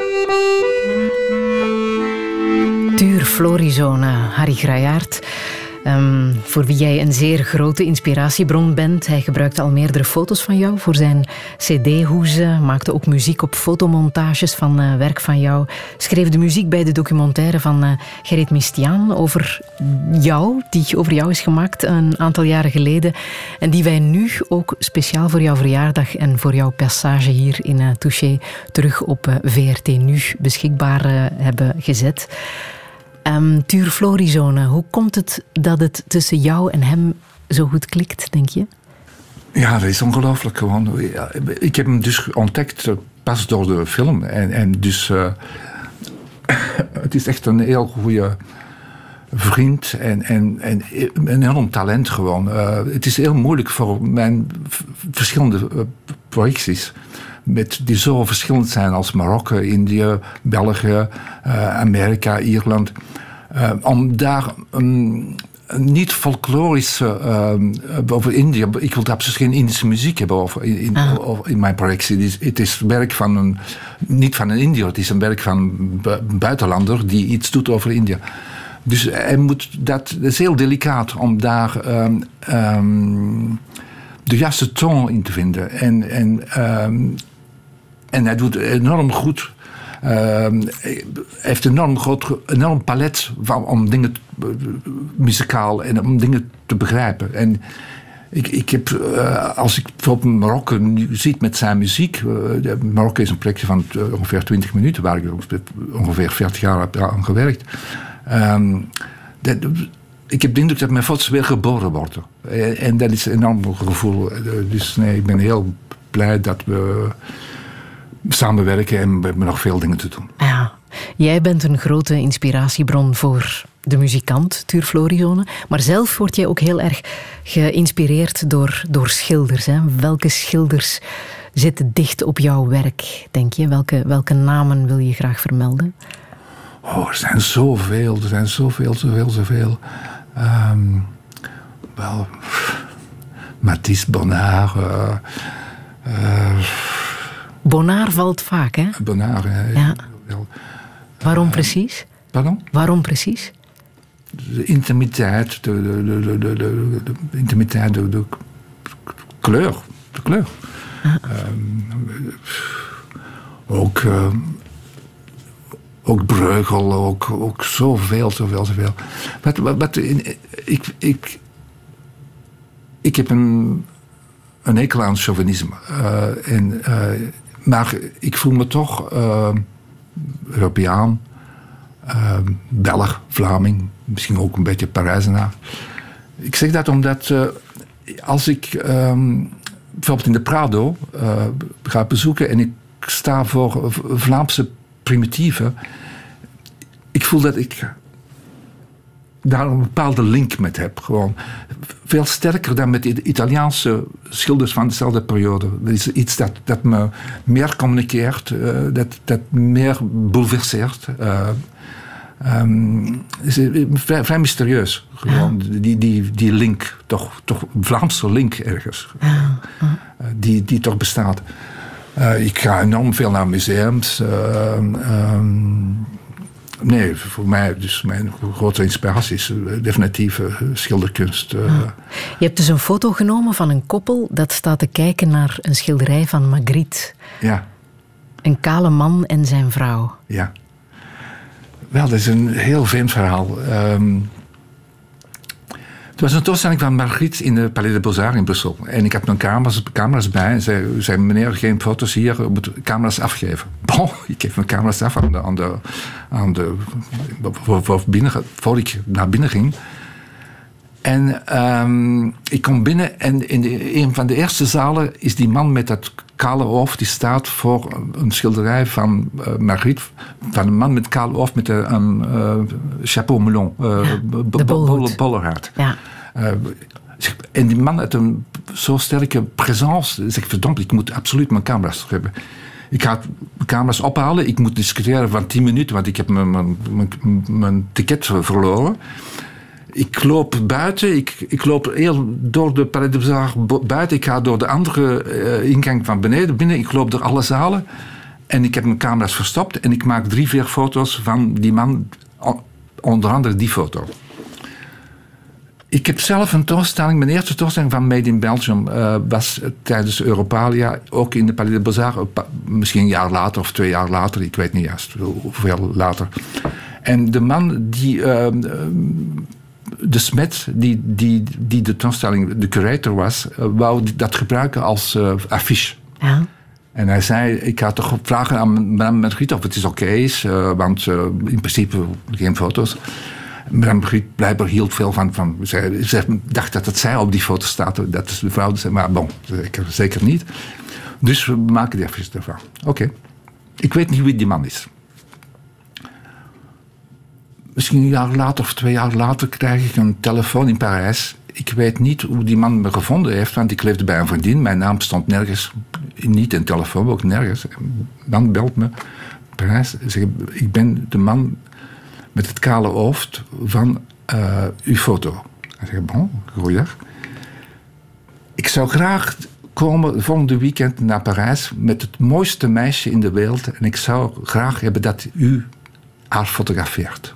Florizonen, Harry Grayaert. Um, voor wie jij een zeer grote inspiratiebron bent. Hij gebruikte al meerdere foto's van jou voor zijn cd-hoezen. Maakte ook muziek op fotomontages van uh, werk van jou. Schreef de muziek bij de documentaire van uh, Gerrit Mistiaan over jou, die over jou is gemaakt een aantal jaren geleden. En die wij nu ook speciaal voor jouw verjaardag en voor jouw passage hier in uh, Touché terug op uh, V R T Nu beschikbaar uh, hebben gezet. Um, Tuur Florizone, hoe komt het dat het tussen jou en hem zo goed klikt, denk je? Ja, dat is ongelooflijk gewoon. Ik heb hem dus ontdekt pas door de film. En, en dus uh, het is echt een heel goede vriend en, en, en een enorm talent gewoon. Uh, het is heel moeilijk voor mijn v- verschillende uh, projecties met, die zo verschillend zijn als Marokko, Indië, België, uh, Amerika, Ierland. Uh, om daar um, een niet folklorische uh, over Indië. Ik wil absoluut geen Indische muziek hebben over, in, in, ah. over, in mijn projectie. Het is, het is werk van een, niet van een Indiër, het is een werk van een buitenlander die iets doet over India. Dus hij moet dat, dat is heel delicaat om daar um, um, de juiste toon in te vinden. En, en, um, en hij doet enorm goed. Uh, hij heeft een enorm groot, enorm palet van, om dingen te, muzikaal en om dingen te begrijpen. En ik, ik heb, uh, als ik bijvoorbeeld Marokko nu ziet met zijn muziek. Uh, Marokko is een projectje van uh, ongeveer twintig minuten, waar ik ongeveer veertig jaar heb aan gewerkt. Um, dat, ik heb de indruk dat mijn foto's weer geboren worden. En, en dat is een enorm gevoel. Dus nee, ik ben heel blij dat we samenwerken en we hebben nog veel dingen te doen. Ja, jij bent een grote inspiratiebron voor de muzikant Tuur Florizone, maar zelf word jij ook heel erg geïnspireerd door, door schilders. Hè? Welke schilders zitten dicht op jouw werk, denk je? Welke, welke namen wil je graag vermelden? Oh, er zijn zoveel, er zijn zoveel, zoveel, zoveel. Um, wel, Matisse, Bonnard. Uh, uh, Bonnard valt vaak, hè? Bonnard, hè. Ja. Wel. Waarom Uh, precies? Pardon? Waarom precies? De intimiteit, de, de, de, de, de, de intimiteit, de, de kleur. De kleur. Ah. Um, ook... Uh, Ook Breugel, ook, ook zoveel, zoveel, zoveel. Wat, wat, wat, ik, ik, ik heb een, een hekel aan chauvinisme. Uh, en, uh, maar ik voel me toch uh, Europeaan, uh, Belg, Vlaming, misschien ook een beetje Parijzenaar. Ik zeg dat omdat uh, als ik um, bijvoorbeeld in de Prado uh, ga bezoeken en ik sta voor Vlaamse primitieven. Ik voel dat ik daar een bepaalde link met heb. Gewoon veel sterker dan met de Italiaanse schilders van dezelfde periode. Dat is iets dat, dat me meer communiceert, uh, dat, dat meer bouleverseert. Uh, um, is vrij, vrij mysterieus. Gewoon, ja. die, die, die link, toch, toch een Vlaamse link ergens. Ja. Uh, die, die toch bestaat. Uh, ik ga enorm veel naar museums. Uh, um, nee, voor mij, dus mijn grote inspiratie is uh, definitief uh, schilderkunst. Uh. Ah. Je hebt dus een foto genomen van een koppel dat staat te kijken naar een schilderij van Magritte. Ja. Een kale man en zijn vrouw. Ja. Wel, dat is een heel vreemd verhaal. Um, Het was een toestelling van Magritte in de Palais de Beaux-Arts in Brussel. En ik had mijn camera's, camera's bij. En zei, zei, meneer, geen foto's hier, je moet camera's afgeven. Bon, ik geef mijn camera's af aan de, aan de, aan de, voor, voor binnen, voor ik naar binnen ging. En um, ik kom binnen en in de, een van de eerste zalen is die man met dat kale hoofd, die staat voor een schilderij van uh, Magritte, van een man met kale hoofd met een, een uh, chapeau melon, uh, ja, de bolhoed. bollerhaard. Ja. Uh, en die man had een zo sterke presence. Dus ik verdomd, ik moet absoluut mijn camera's hebben. Ik ga mijn camera's ophalen, ik moet discussiëren van tien minuten, want ik heb mijn, mijn, mijn, mijn ticket verloren. Ik loop buiten, ik, ik loop heel door de Palais de Beaux-Arts buiten. Ik ga door de andere uh, ingang van beneden binnen. Ik loop door alle zalen. En ik heb mijn camera's verstopt. En ik maak drie, vier foto's van die man. Onder andere die foto. Ik heb zelf een tentoonstelling, mijn eerste tentoonstelling van Made in Belgium uh, was tijdens Europalia, ook in de Palais de Beaux-Arts, misschien een jaar later of twee jaar later, ik weet niet juist hoeveel later. En de man die, uh, de Smet, die, die, die de tentoonstelling, de curator was, uh, wou dat gebruiken als uh, affiche. Ja. En hij zei, ik ga toch vragen aan Madame Margriet of het is oké is, uh, want uh, in principe geen foto's. Madame Margriet blijkbaar hield veel van. van ze, ze dacht dat het zij op die foto staat. Dat is de vrouw. Maar bon, zeker, zeker niet. Dus we maken die affiche ervan. Oké. Okay. Ik weet niet wie die man is. Misschien een jaar later of twee jaar later krijg ik een telefoon in Parijs. Ik weet niet hoe die man me gevonden heeft, want ik leefde bij een vriendin. Mijn naam stond nergens. Niet in telefoon, ook nergens. Een man belt me. Parijs. Zegt, ik ben de man met het kale hoofd van uh, uw foto. Hij zegt, bon, goeiedag. Ik zou graag komen volgende weekend naar Parijs met het mooiste meisje in de wereld. En ik zou graag hebben dat u haar fotografeert.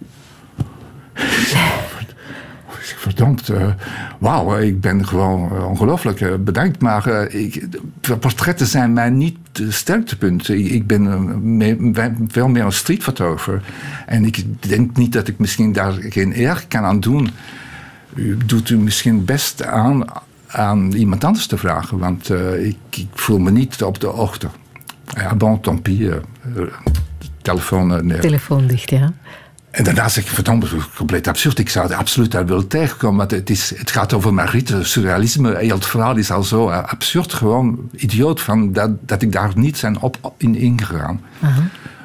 Verdomd, uh, wauw, ik ben gewoon uh, ongelooflijk uh, bedankt. Maar uh, ik, portretten zijn mij niet het sterktepunt. Ik, ik ben uh, me, veel meer een streetfotografer. En ik denk niet dat ik misschien daar geen eer kan aan doen. U doet u misschien best aan, aan iemand anders te vragen. Want uh, ik, ik voel me niet op de hoogte. Ja, bon, tant pis. Uh, uh, telefoon, uh, nee. Telefoon dicht, ja. En daarna zeg ik, verdomd, compleet absurd. Ik zou het absoluut daar willen tegenkomen. Want het, is, het gaat over Margriet, surrealisme. Heel het verhaal is al zo absurd, gewoon idioot. Van dat, dat ik daar niet zijn op in ingegaan. Uh-huh.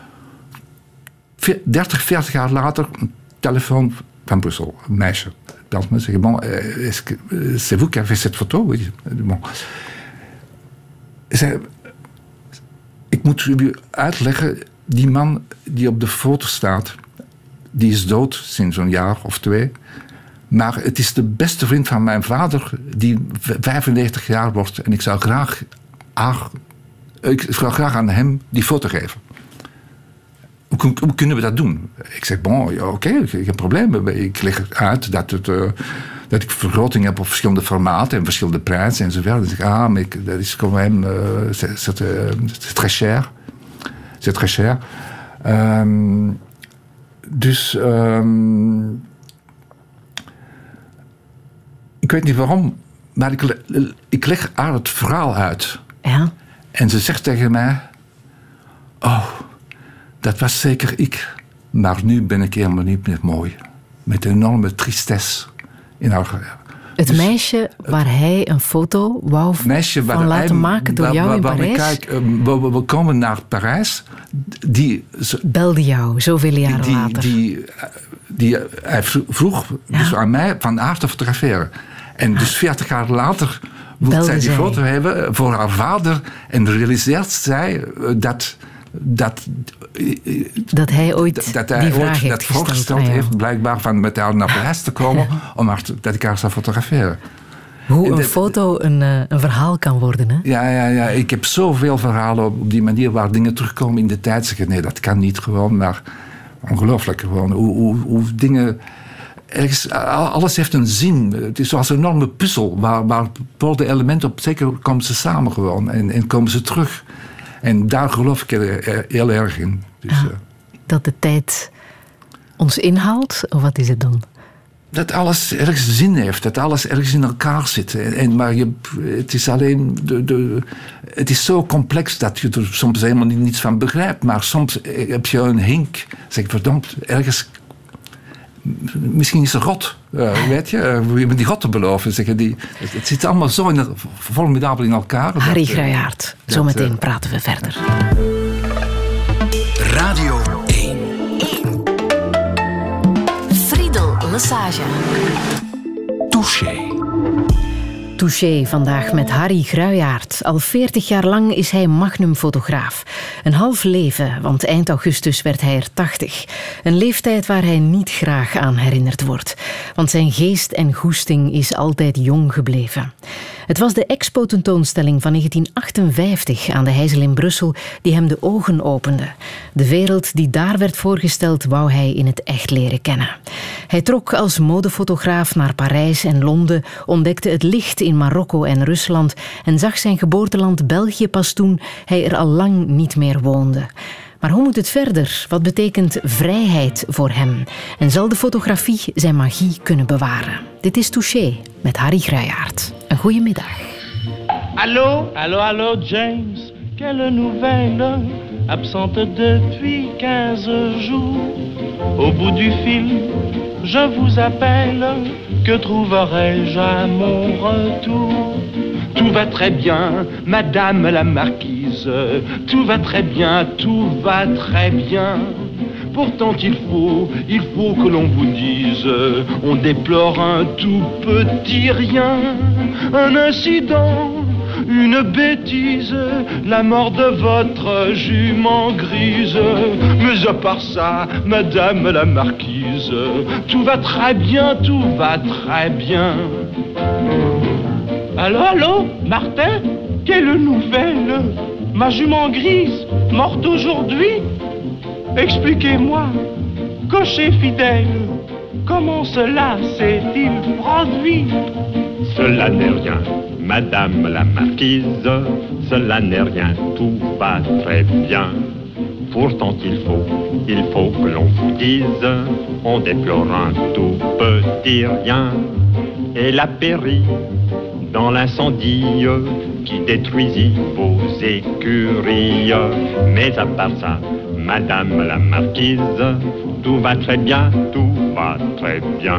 dertig, veertig jaar later, een telefoon van Brussel. Een meisje belt me en zegt, bon, c'est vous qui avez cette photo? Oui. Bon. Zei, ik moet u uitleggen, die man die op de foto staat, die is dood sinds een jaar of twee. Maar het is de beste vriend van mijn vader, die vijfennegentig jaar wordt. En ik zou graag, haar, ik zou graag aan hem die foto geven. Hoe, hoe kunnen we dat doen? Ik zeg, bon, ja, oké, okay, geen probleem. Ik leg uit dat, het, uh, dat ik vergroting heb op verschillende formaten en verschillende prijzen enzovoort. Dan zeg ik, ah, maar ik, dat is quand même, uh, c'est, c'est, uh, c'est très cher. C'est très cher. Um, Dus um, ik weet niet waarom, maar ik, ik leg haar het verhaal uit. Ja. En ze zegt tegen mij, oh, dat was zeker ik. Maar nu ben ik helemaal niet meer mooi. Met een enorme tristesse in haar. Het dus, meisje waar het, hij een foto wou meisje van laten hij, maken door waar, jou waar, in Parijs? Kijk, we, we komen naar Parijs. Die belde jou, zoveel jaren die, later. Die, die, hij vroeg ja. dus aan mij van haar te fotograferen. En dus veertig jaar later wil zij die zij. foto hebben voor haar vader. En realiseert zij dat... Dat, dat hij ooit dat hij die vraag ooit heeft dat voorgesteld heeft, blijkbaar van met haar naar Parijs te komen, om haar te, dat ik haar zou fotograferen. Hoe een dat, foto een, een verhaal kan worden, hè? Ja, ja, ja, ik heb zoveel verhalen op die manier waar dingen terugkomen in de tijd. Zeg, nee, dat kan niet gewoon, maar ongelooflijk gewoon. Hoe, hoe, hoe dingen... Ergens, alles heeft een zin. Het is zoals een enorme puzzel, waar, waar bepaalde elementen op, zeker komen ze samen gewoon en, en komen ze terug. En daar geloof ik heel, heel erg in. Dus, ah, dat de tijd ons inhaalt? Of wat is het dan? Dat alles ergens zin heeft. Dat alles ergens in elkaar zit. En, maar je, het is alleen... De, de, het is zo complex dat je er soms helemaal niets van begrijpt. Maar soms heb je een hink. Zeg ik, verdomd, ergens... Misschien is er God, uh, weet je. Uh, je bent die God te beloven. Zeg, die, het, het zit allemaal zo in, formidabel in elkaar. Harry Gruijaert. Uh, Zometeen uh, praten we verder. Radio één. Friedel Lesage. Touché. Touché vandaag met Harry Gruijaert. Al veertig jaar lang is hij magnumfotograaf. Een half leven, want eind augustus werd hij er tachtig. Een leeftijd waar hij niet graag aan herinnerd wordt. Want zijn geest en goesting is altijd jong gebleven. Het was de expo-tentoonstelling van negentien achtenvijftig aan de Heijzel in Brussel die hem de ogen opende. De wereld die daar werd voorgesteld wou hij in het echt leren kennen. Hij trok als modefotograaf naar Parijs en Londen, ontdekte het licht in Marokko en Rusland en zag zijn geboorteland België pas toen hij er al lang niet meer woonde. Maar hoe moet het verder? Wat betekent vrijheid voor hem? En zal de fotografie zijn magie kunnen bewaren? Dit is Touché met Harry Gruijaert. Een goede middag. Allô? Allô, allô, James. Quelle nouvelle? Absente depuis quinze jours. Au bout du fil, je vous appelle. Que trouverai-je à mon retour? Tout va très bien, madame la marquise. Tout va très bien, tout va très bien. Pourtant il faut, il faut que l'on vous dise, on déplore un tout petit rien, un incident, une bêtise, la mort de votre jument grise. Mais à part ça, madame la marquise, tout va très bien, tout va très bien. Allô, allô, Martin? Quelle nouvelle? Ma jument grise, morte aujourd'hui? Expliquez-moi, cocher fidèle, comment cela s'est-il produit? Cela n'est rien, madame la marquise, cela n'est rien, tout va très bien. Pourtant il faut, il faut que l'on vous dise, on déplore un tout petit rien. Elle a péri dans l'incendie qui détruisit vos écuries. Mais à part ça, madame la marquise, tout va très bien, tout va très bien.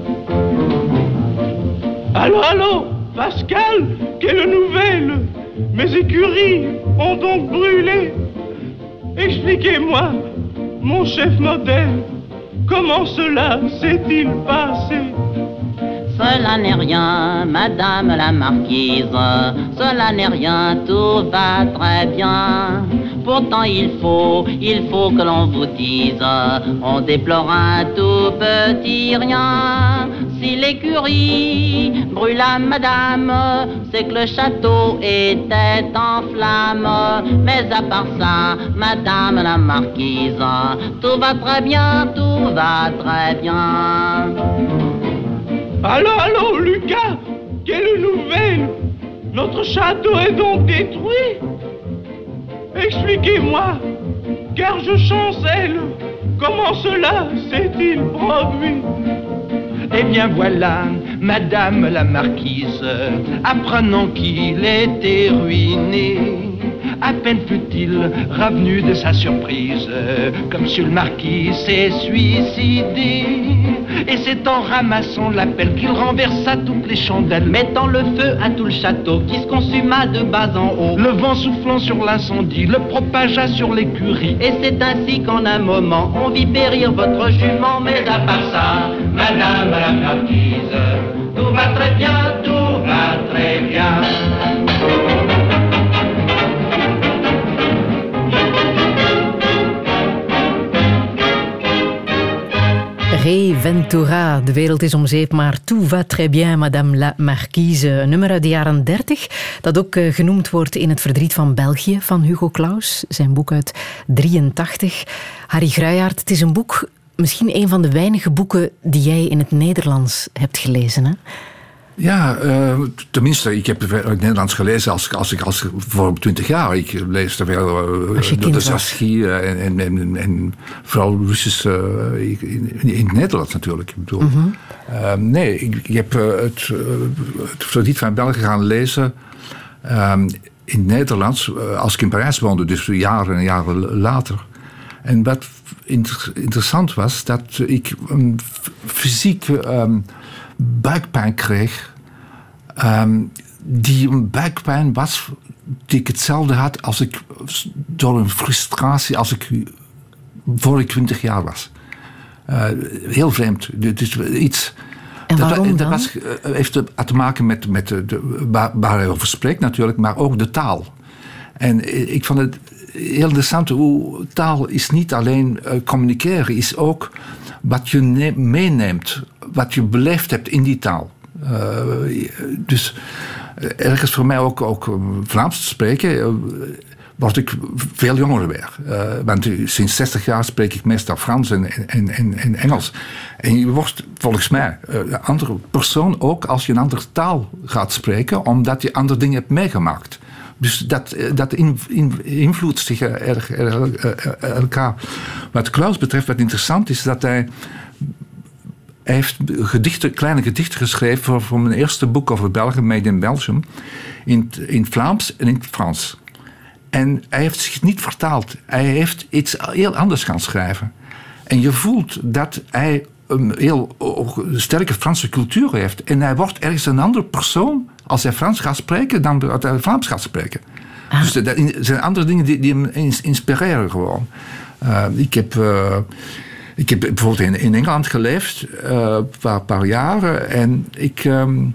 Allô, allô, Pascal, quelle nouvelle? Mes écuries ont donc brûlé. Expliquez-moi, mon chef modèle, comment cela s'est-il passé? Cela n'est rien, madame la marquise, cela n'est rien, tout va très bien. Pourtant il faut, il faut que l'on vous dise, on déplore un tout petit rien. Si l'écurie brûla madame, c'est que le château était en flammes. Mais à part ça, madame la marquise, tout va très bien, tout va très bien. Allô, allô, Lucas, quelle nouvelle? Notre château est donc détruit? Expliquez-moi, car je chancelle, comment cela s'est-il produit? Eh bien voilà, madame la marquise, apprenant qu'il était ruiné, à peine fut-il revenu de sa surprise, comme monsieur le marquis s'est suicidé. Et c'est en ramassant la pelle qu'il renversa toutes les chandelles, mettant le feu à tout le château qui se consuma de bas en haut. Le vent soufflant sur l'incendie le propagea sur l'écurie. Et c'est ainsi qu'en un moment on vit périr votre jument. Mais à part ça, madame la marquise, tout va très bien, tout va très bien. Ray Ventura, de wereld is om zeep, maar tout va très bien, madame la marquise. Een nummer uit de jaren dertig, dat ook uh, genoemd wordt in Het verdriet van België van Hugo Claus, zijn boek uit drieëntachtig. Harry Gruijaert, het is een boek, misschien een van de weinige boeken die jij in het Nederlands hebt gelezen, hè? Ja, uh, tenminste, ik heb het Nederlands gelezen als, als ik als, voor twintig jaar. Ik lees er veel uh, door de Zaschi en, en, en, en vooral Russisch uh, in, in het Nederlands natuurlijk. Ik bedoel. Mm-hmm. Uh, nee, ik, ik heb uh, het, uh, het verdriet van België gaan lezen um, in het Nederlands uh, als ik in Parijs woonde, dus jaren en jaren later. En wat inter- interessant was, dat ik um, fysiek um, buikpijn kreeg. Um, die een buikpijn was die ik hetzelfde had als ik door een frustratie als ik voor ik twintig jaar was. Uh, heel vreemd. Het is iets En waarom dat, dan? Dat was, heeft te maken met, met de, waar, waar hij over spreekt natuurlijk, maar ook de taal. En ik vond het heel interessant hoe taal is niet alleen uh, communiceren, is ook wat je ne- meeneemt, wat je beleefd hebt in die taal. Uh, dus ergens voor mij ook, ook Vlaams te spreken, uh, word ik veel jonger weer. Uh, want sinds zestig jaar spreek ik meestal Frans en, en, en, en Engels. En je wordt volgens mij een andere persoon ook als je een andere taal gaat spreken, omdat je andere dingen hebt meegemaakt. Dus dat, dat in, in, invloedt zich erg, erg, erg, elkaar. Wat Claus betreft, wat interessant is, dat hij... Hij heeft gedichten, kleine gedichten geschreven voor, voor mijn eerste boek over België, Made in Belgium, in, in Vlaams en in het Frans. En hij heeft zich niet vertaald. Hij heeft iets heel anders gaan schrijven. En je voelt dat hij een heel sterke Franse cultuur heeft. En hij wordt ergens een andere persoon als hij Frans gaat spreken dan dat hij Vlaams gaat spreken. Ah. Dus dat zijn andere dingen die, die hem inspireren gewoon. Uh, ik heb... Uh, Ik heb bijvoorbeeld in, in Engeland geleefd, uh, een paar, paar jaren. En ik, um,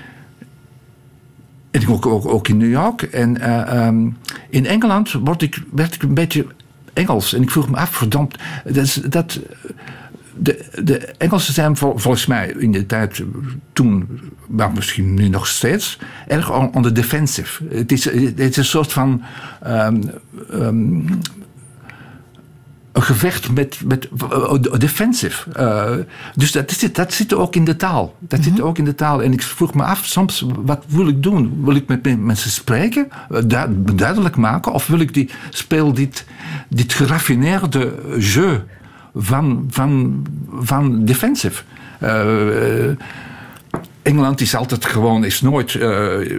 en ik ook, ook, ook in New York. En uh, um, in Engeland word ik, werd ik een beetje Engels. En ik vroeg me af, verdomd, dat, dat, de, de Engelsen zijn vol, volgens mij in de tijd toen, maar misschien nu nog steeds, erg on, on the defensive. Het is, het is een soort van... Um, um, Een gevecht met, met uh, defensive. Uh, dus dat zit, dat zit ook in de taal. Dat mm-hmm. zit ook in de taal. En ik vroeg me af soms, wat wil ik doen? Wil ik met mensen spreken? Du- duidelijk maken? Of wil ik die, speel dit, dit geraffineerde jeu van, van, van defensive? Uh, Engeland is altijd gewoon, is nooit... Uh,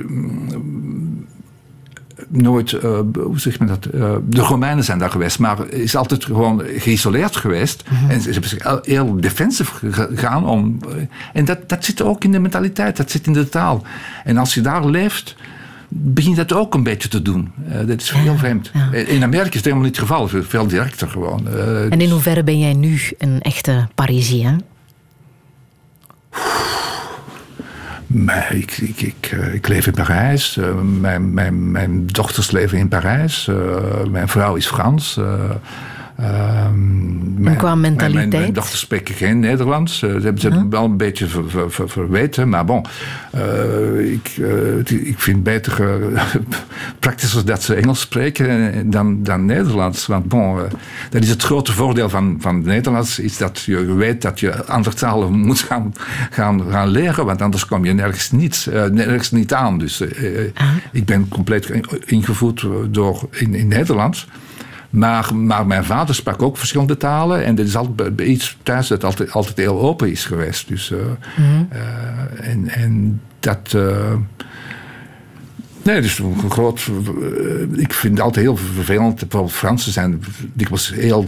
Nooit, uh, hoe zeg je dat? Uh, de Romeinen zijn daar geweest, maar is altijd gewoon geïsoleerd geweest. Mm-hmm. En ze hebben zich heel defensief gegaan om. Uh, en dat, dat zit ook in de mentaliteit, dat zit in de taal. En als je daar leeft, begint dat ook een beetje te doen. Uh, dat is heel ja, vreemd. Ja. In Amerika is het helemaal niet het geval, het is veel directer gewoon. Uh, en in hoeverre ben jij nu een echte Parisien? Maar ik, ik, ik, ik leef in Parijs. Uh, mijn, mijn, mijn dochters leven in Parijs. Uh, mijn vrouw is Frans. Uh, uh, mijn, en qua mentaliteit? Mijn, mijn, mijn dochters spreken geen Nederlands. Uh, ze hebben ze huh? wel een beetje ver, ver, ver, verweten. Maar bon, uh, ik, uh, ik vind het beter uh, praktischer dat ze Engels spreken dan, dan Nederlands. Want bon, uh, dat is het grote voordeel van, van het Nederlands. Is dat je weet dat je andere talen moet gaan, gaan, gaan leren. Want anders kom je nergens niet, uh, nergens niet aan. Dus uh, uh-huh. ik ben compleet ingevoed door, in, in Nederlands. Maar, maar mijn vader sprak ook verschillende talen. En dat is altijd bij iets thuis dat altijd, altijd heel open is geweest. Dus, uh, mm-hmm. uh, en, en dat... Uh, nee, dus een groot... Uh, ik vind het altijd heel vervelend. Bijvoorbeeld Fransen zijn dikwijls heel...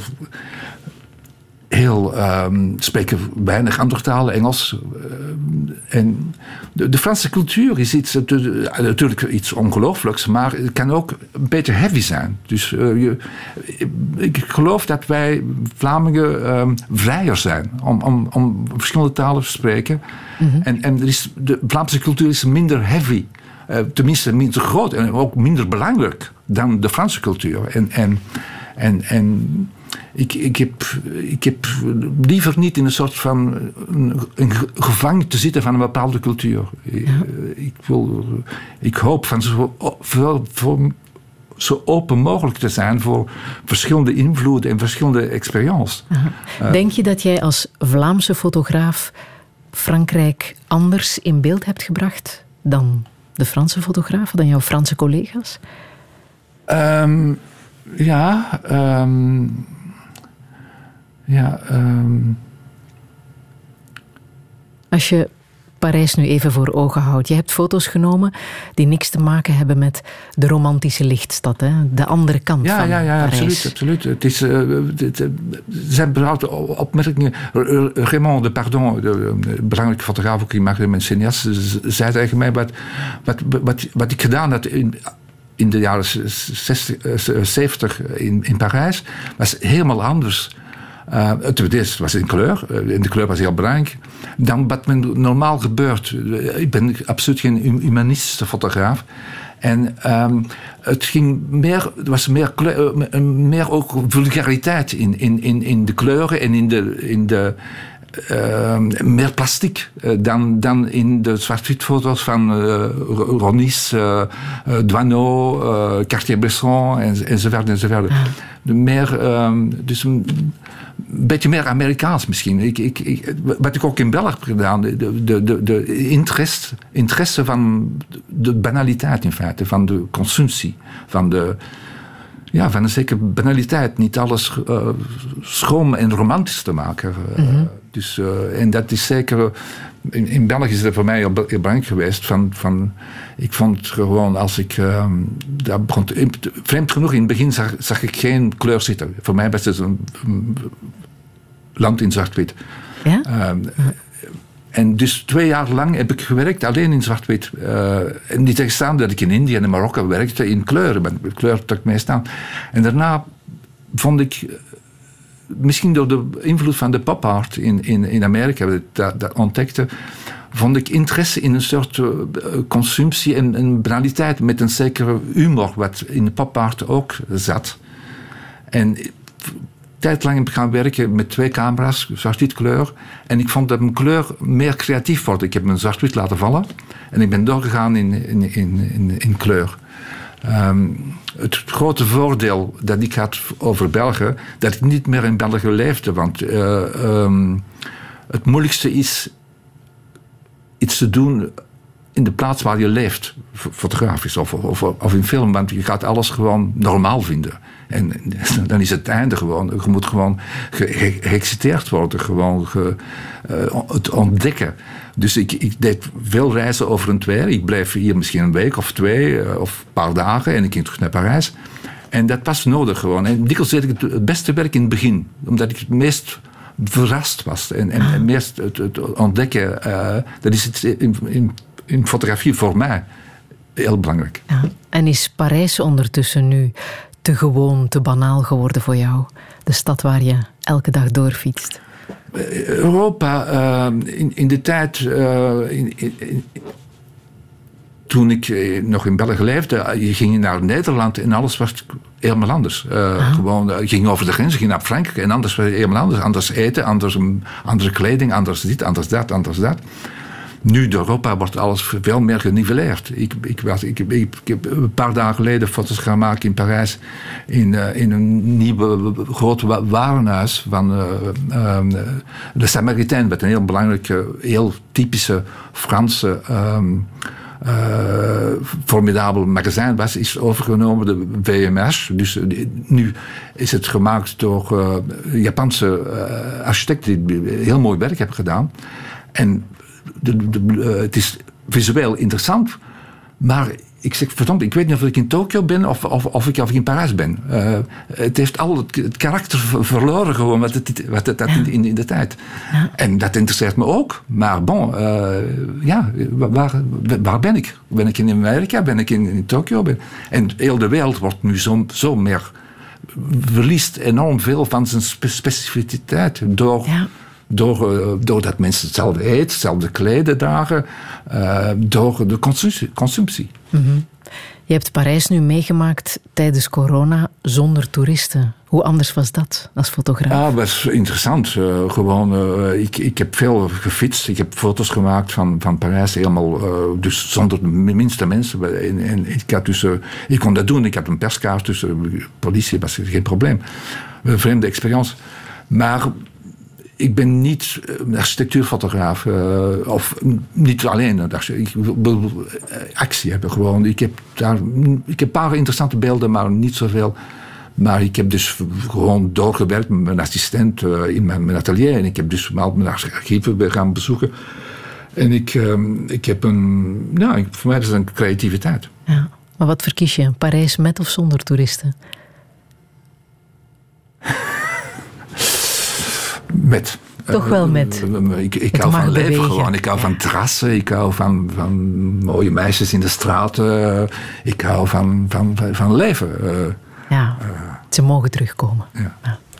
heel um, spreken weinig andere talen, Engels. Uh, en de, de Franse cultuur is iets, uh, natuurlijk iets ongelooflijks, maar het kan ook een beetje heavy zijn. Dus uh, je, ik geloof dat wij Vlamingen um, vrijer zijn om, om, om verschillende talen te spreken. Mm-hmm. En, en er is, de Vlaamse cultuur is minder heavy. Uh, tenminste minder groot en ook minder belangrijk dan de Franse cultuur. En, en, en, en Ik, ik, heb, ik heb liever niet in een soort van een, een gevangen te zitten van een bepaalde cultuur. Ja. Ik, wil, ik hoop van zo, voor, voor, zo open mogelijk te zijn voor verschillende invloeden en verschillende experiences. Uh, Denk je dat jij als Vlaamse fotograaf Frankrijk anders in beeld hebt gebracht dan de Franse fotografen, dan jouw Franse collega's? Um, ja... Um, Ja, um... Als je Parijs nu even voor ogen houdt. Je hebt foto's genomen die niks te maken hebben met de romantische lichtstad. Hè? De andere kant ja, van ja, ja, Parijs. Absoluut, absoluut. Het is, uh, het, er zijn bepaalde opmerkingen. Raymond de Pardon, de, de belangrijke fotograaf, ook in Maghreb en cineast, zei tegen mij wat, wat, wat, wat ik gedaan had in... in de jaren zestig, zeventig in, in Parijs, was helemaal anders Uh, het tweede was in kleur. Uh, en de kleur was heel belangrijk. Dan wat men normaal gebeurt. Uh, ik ben absoluut geen humanistische fotograaf. En um, het ging meer, er was meer, kleur, uh, meer ook vulgariteit in, in, in, in de kleuren en in de... In de Uh, meer plastiek uh, dan, dan in de zwart-wit foto's van uh, Ronis, uh, uh, Doisneau, uh, Cartier-Bresson en, enzovoort. enzovoort. Ah. De meer, um, dus een beetje meer Amerikaans misschien. Ik, ik, ik, wat ik ook in België heb gedaan, de, de, de, de interesse, interesse van de banaliteit in feite, van de consumptie, van de... Ja, van een zekere banaliteit. Niet alles uh, schoon en romantisch te maken. Uh, mm-hmm. dus, uh, en dat is zeker... In, in België is dat voor mij heel, heel belangrijk geweest. Van, van, ik vond gewoon als ik... Uh, daar begon te, vreemd genoeg, in het begin zag, zag ik geen kleur zitten. Voor mij was het een, een land in zwart-wit. Ja? Uh, mm. En dus twee jaar lang heb ik gewerkt alleen in zwart-wit. Uh, en niet tegenstaan dat ik in Indië en in Marokko werkte in kleuren. Maar kleur trok mij staan. En daarna vond ik, misschien door de invloed van de pop art in, in, in Amerika, dat, dat ontdekte, vond ik interesse in een soort uh, consumptie en, en banaliteit met een zekere humor, wat in de pop art ook zat. En tijdlang heb ik gaan werken met twee camera's, zwart-wit kleur. En ik vond dat mijn kleur meer creatief wordt. Ik heb mijn zwart-wit laten vallen. En ik ben doorgegaan in, in, in, in, in kleur. Um, het grote voordeel dat ik had over België, dat ik niet meer in België leefde. Want uh, um, het moeilijkste is iets te doen in de plaats waar je leeft, fotografisch of, of, of in film, want je gaat alles gewoon normaal vinden. En dan is het einde gewoon. Je moet gewoon ge- geëxciteerd worden, gewoon ge, uh, het ontdekken. Dus ik, ik deed veel reizen over en weer. Ik bleef hier misschien een week of twee uh, of een paar dagen en ik ging terug naar Parijs. En dat was nodig gewoon. En dikwijls deed ik het beste werk in het begin, omdat ik het meest verrast was en, en, en meest het, het ontdekken. Uh, dat is het in, in in fotografie voor mij heel belangrijk. Ja. En is Parijs ondertussen nu te gewoon, te banaal geworden voor jou? De stad waar je elke dag doorfietst? Europa, uh, in, in de tijd... Uh, in, in, toen ik nog in België leefde, je ging naar Nederland en alles was helemaal anders. Uh, gewoon, je ging over de grens, je ging naar Frankrijk en anders was het helemaal anders. Anders eten, anders, andere kleding, anders dit, anders dat, anders dat. Nu in Europa wordt alles veel meer geniveleerd. Ik, ik, was, ik, ik, ik heb een paar dagen geleden foto's gaan maken in Parijs. In, uh, in een nieuw groot warenhuis van uh, uh, de Samaritain. Wat een heel belangrijke, heel typische Franse... Um, Uh, formidabel magazijn was, is overgenomen de V M H. Dus uh, nu is het gemaakt door uh, Japanse uh, architecten die heel mooi werk hebben gedaan. En de, de, uh, het is visueel interessant, maar ik zeg, verdomd, ik weet niet of ik in Tokio ben of, of, of, ik, of ik in Parijs ben. Uh, het heeft al het, het karakter verloren gewoon, wat het, wat het, dat in, in, in de tijd. Ja. En dat interesseert me ook. Maar bon, uh, ja, waar, waar ben ik? Ben ik in Amerika? Ben ik in, in Tokio? Ben... En heel de wereld wordt nu zo, zo meer... verliest enorm veel van zijn spe- specificiteit door... Ja. Door, uh, doordat mensen hetzelfde eten, hetzelfde kleden dragen, uh, door de consumptie. consumptie. Mm-hmm. Je hebt Parijs nu meegemaakt tijdens corona zonder toeristen. Hoe anders was dat als fotograaf? Ah, dat was interessant. Uh, gewoon, uh, ik, ik heb veel gefietst. Ik heb foto's gemaakt van, van Parijs helemaal, uh, dus zonder de minste mensen. En, en ik, had dus, uh, ik kon dat doen. Ik had een perskaart, dus de uh, politie was geen probleem. Een vreemde experience. Maar ik ben niet een architectuurfotograaf. Uh, of niet alleen. Ik wil actie hebben gewoon. Ik heb, daar, ik heb een paar interessante beelden, maar niet zoveel. Maar ik heb dus gewoon doorgewerkt met mijn assistent uh, in mijn, mijn atelier. En ik heb dus al mijn archieven gaan bezoeken. En ik, uh, ik heb een... Nou, voor mij is het een creativiteit. Ja, maar wat verkies je? Parijs met of zonder toeristen? Met. Toch wel met. Uh, ik ik hou van leven gewoon. Ik hou van terrassen. Ik hou van, van mooie meisjes in de straten. Uh, ik hou van, van, van leven. Uh, ja, uh, ze mogen terugkomen. Ja. Ja.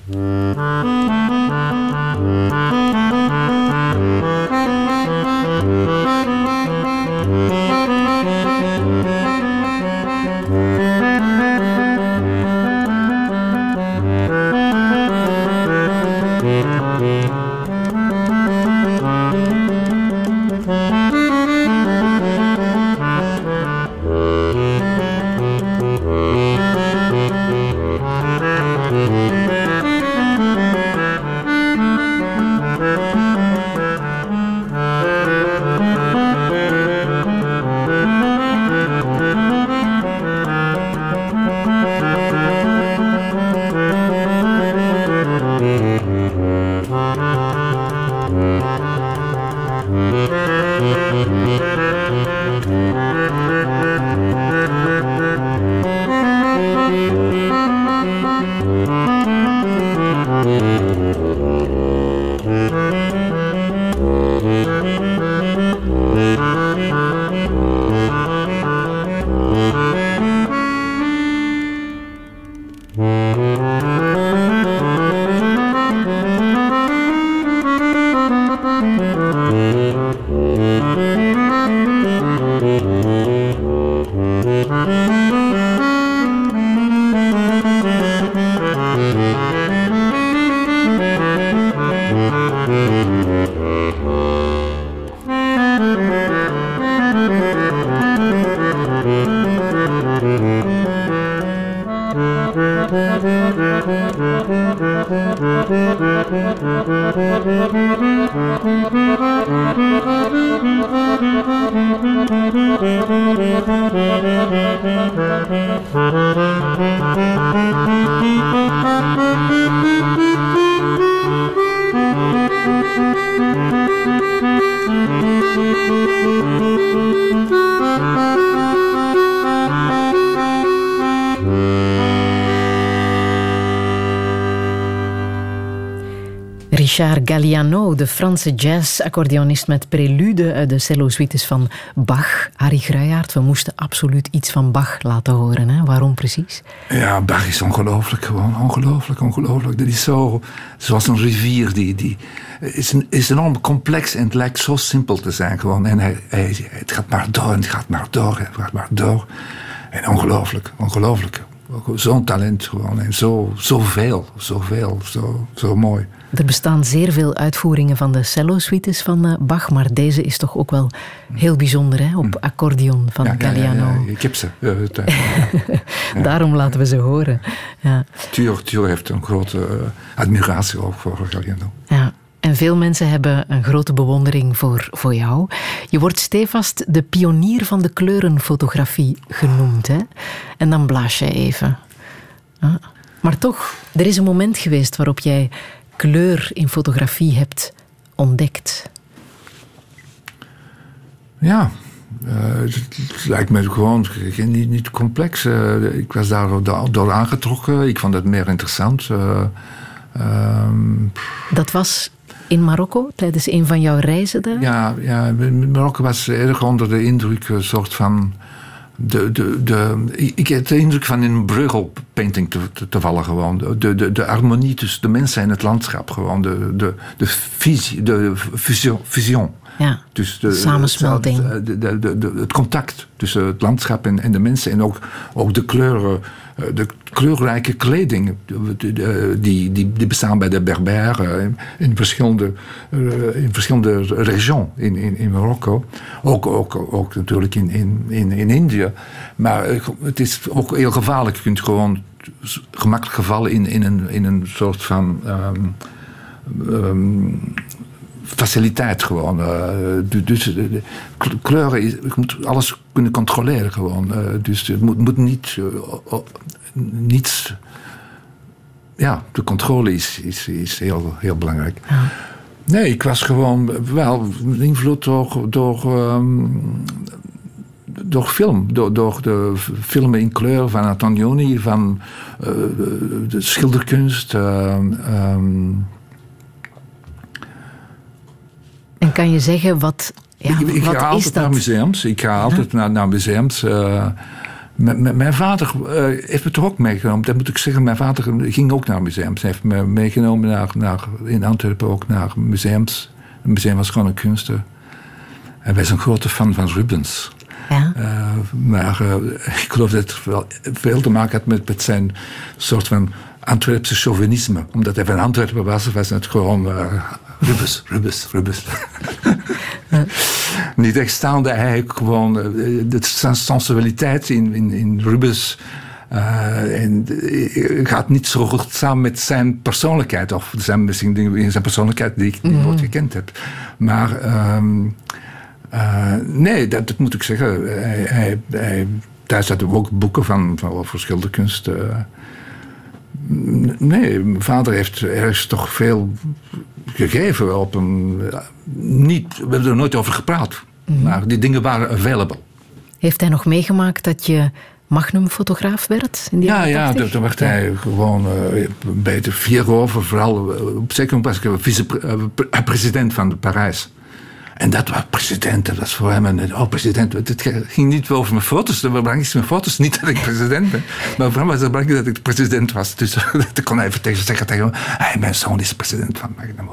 Richard Galliano, de Franse jazz-accordeonist met prelude uit de cello-suites van Bach. Harry Gruijaert, we moesten absoluut iets van Bach laten horen. Hè? Waarom precies? Ja, Bach is ongelooflijk gewoon. Ongelooflijk, ongelooflijk. Dat is zo, zoals een rivier. Die, die is, een, is enorm complex en het lijkt zo simpel te zijn gewoon. En hij, hij, het gaat maar door en het gaat maar door en het gaat maar door. En ongelooflijk, ongelooflijk. Zo'n talent gewoon. En zo, zoveel, zoveel, zo, zo mooi. Er bestaan zeer veel uitvoeringen van de cello-suites van Bach, maar deze is toch ook wel heel bijzonder, hè? Op accordeon van ja, Galliano. Ja, ja, ja, ik heb ze. Uh, ja. Daarom laten we ze horen. Ja. Tuur, Tuur heeft een grote uh, admiratie ook voor Galliano. Ja. En veel mensen hebben een grote bewondering voor, voor jou. Je wordt stevast de pionier van de kleurenfotografie genoemd, hè? En dan blaas je even. Ah. Maar toch, er is een moment geweest waarop jij kleur in fotografie hebt ontdekt. Ja, uh, het, het lijkt me gewoon niet, niet complex. Uh, ik was daar door aangetrokken. Ik vond het meer interessant. Uh, uh, Dat was in Marokko, tijdens een van jouw reizen daar? Ja, ja, Marokko was erg onder de indruk, een soort van... De, de, de, ik heb de indruk van in een Bruegel-painting te, te, te vallen gewoon. De, de, de harmonie tussen de mensen en het landschap gewoon. De, de, de, visie, de fusion. fusion. Ja, dus de samensmelting. De, de, de, de, het contact tussen het landschap en, en de mensen. En ook, ook de kleuren, de kleurrijke kleding. Die, die, die bestaan bij de Berberen in verschillende, in verschillende regionen in, in, in Marokko. Ook, ook, ook natuurlijk in, in, in, in Indië. Maar het is ook heel gevaarlijk. Je kunt gewoon gemakkelijk gevallen in, in, een, in een soort van... Um, um, faciliteit gewoon. Uh, dus de kleuren, je moet alles kunnen controleren gewoon. Uh, dus het moet, moet niet... Uh, niets... Ja, de controle is, is, is heel, heel belangrijk. Ja. Nee, ik was gewoon wel beïnvloed door... door um, door film, door, door de filmen in kleur van Antonioni, van uh, de schilderkunst... Uh, um, En kan je zeggen wat, ja, ik, ik wat ga is altijd dat? naar museums. Ik ga altijd ja. naar, naar museums. Uh, M- m- mijn vader uh, heeft me toch ook meegenomen. Dat moet ik zeggen, mijn vader ging ook naar museums. Hij heeft me meegenomen naar, naar, in Antwerpen ook naar museums. Het museum van Schone Kunsten. En wij zijn een grote fan van Rubens. Ja. Uh, maar uh, ik geloof dat het wel veel te maken had met, met zijn soort van Antwerpse chauvinisme. Omdat hij van Antwerpen was, was het gewoon uh, Rubens, Rubens, Rubens. Ja. Niet echt staande, hij gewoon uh, de sensualiteit in, in, in Rubens uh, en, uh, gaat niet zo goed samen met zijn persoonlijkheid. Of er zijn misschien dingen in zijn persoonlijkheid die ik niet nooit gekend heb. Maar um, uh, nee, dat, dat moet ik zeggen. Hij, hij, hij, thuis hadden we ook boeken van, van over schilderkunst. Uh, Nee, mijn vader heeft ergens toch veel gegeven op een... Niet, we hebben er nooit over gepraat. Mm-hmm. Maar die dingen waren available. Heeft hij nog meegemaakt dat je Magnum-fotograaf werd? In die ja, ja, toen werd hij ja. gewoon uh, een beetje fier over. Vooral, uh, op zeker moment was ik vice-president van Parijs. En dat was president, dat was voor hem een... Oh, president, het ging niet over mijn foto's. Het belangrijkste mijn foto's, niet dat ik president ben. Maar voor hem was het belangrijk dat ik president was. Dus dat kon hij even tegen zeggen tegen hem... Hey, mijn zoon is president van Magnum.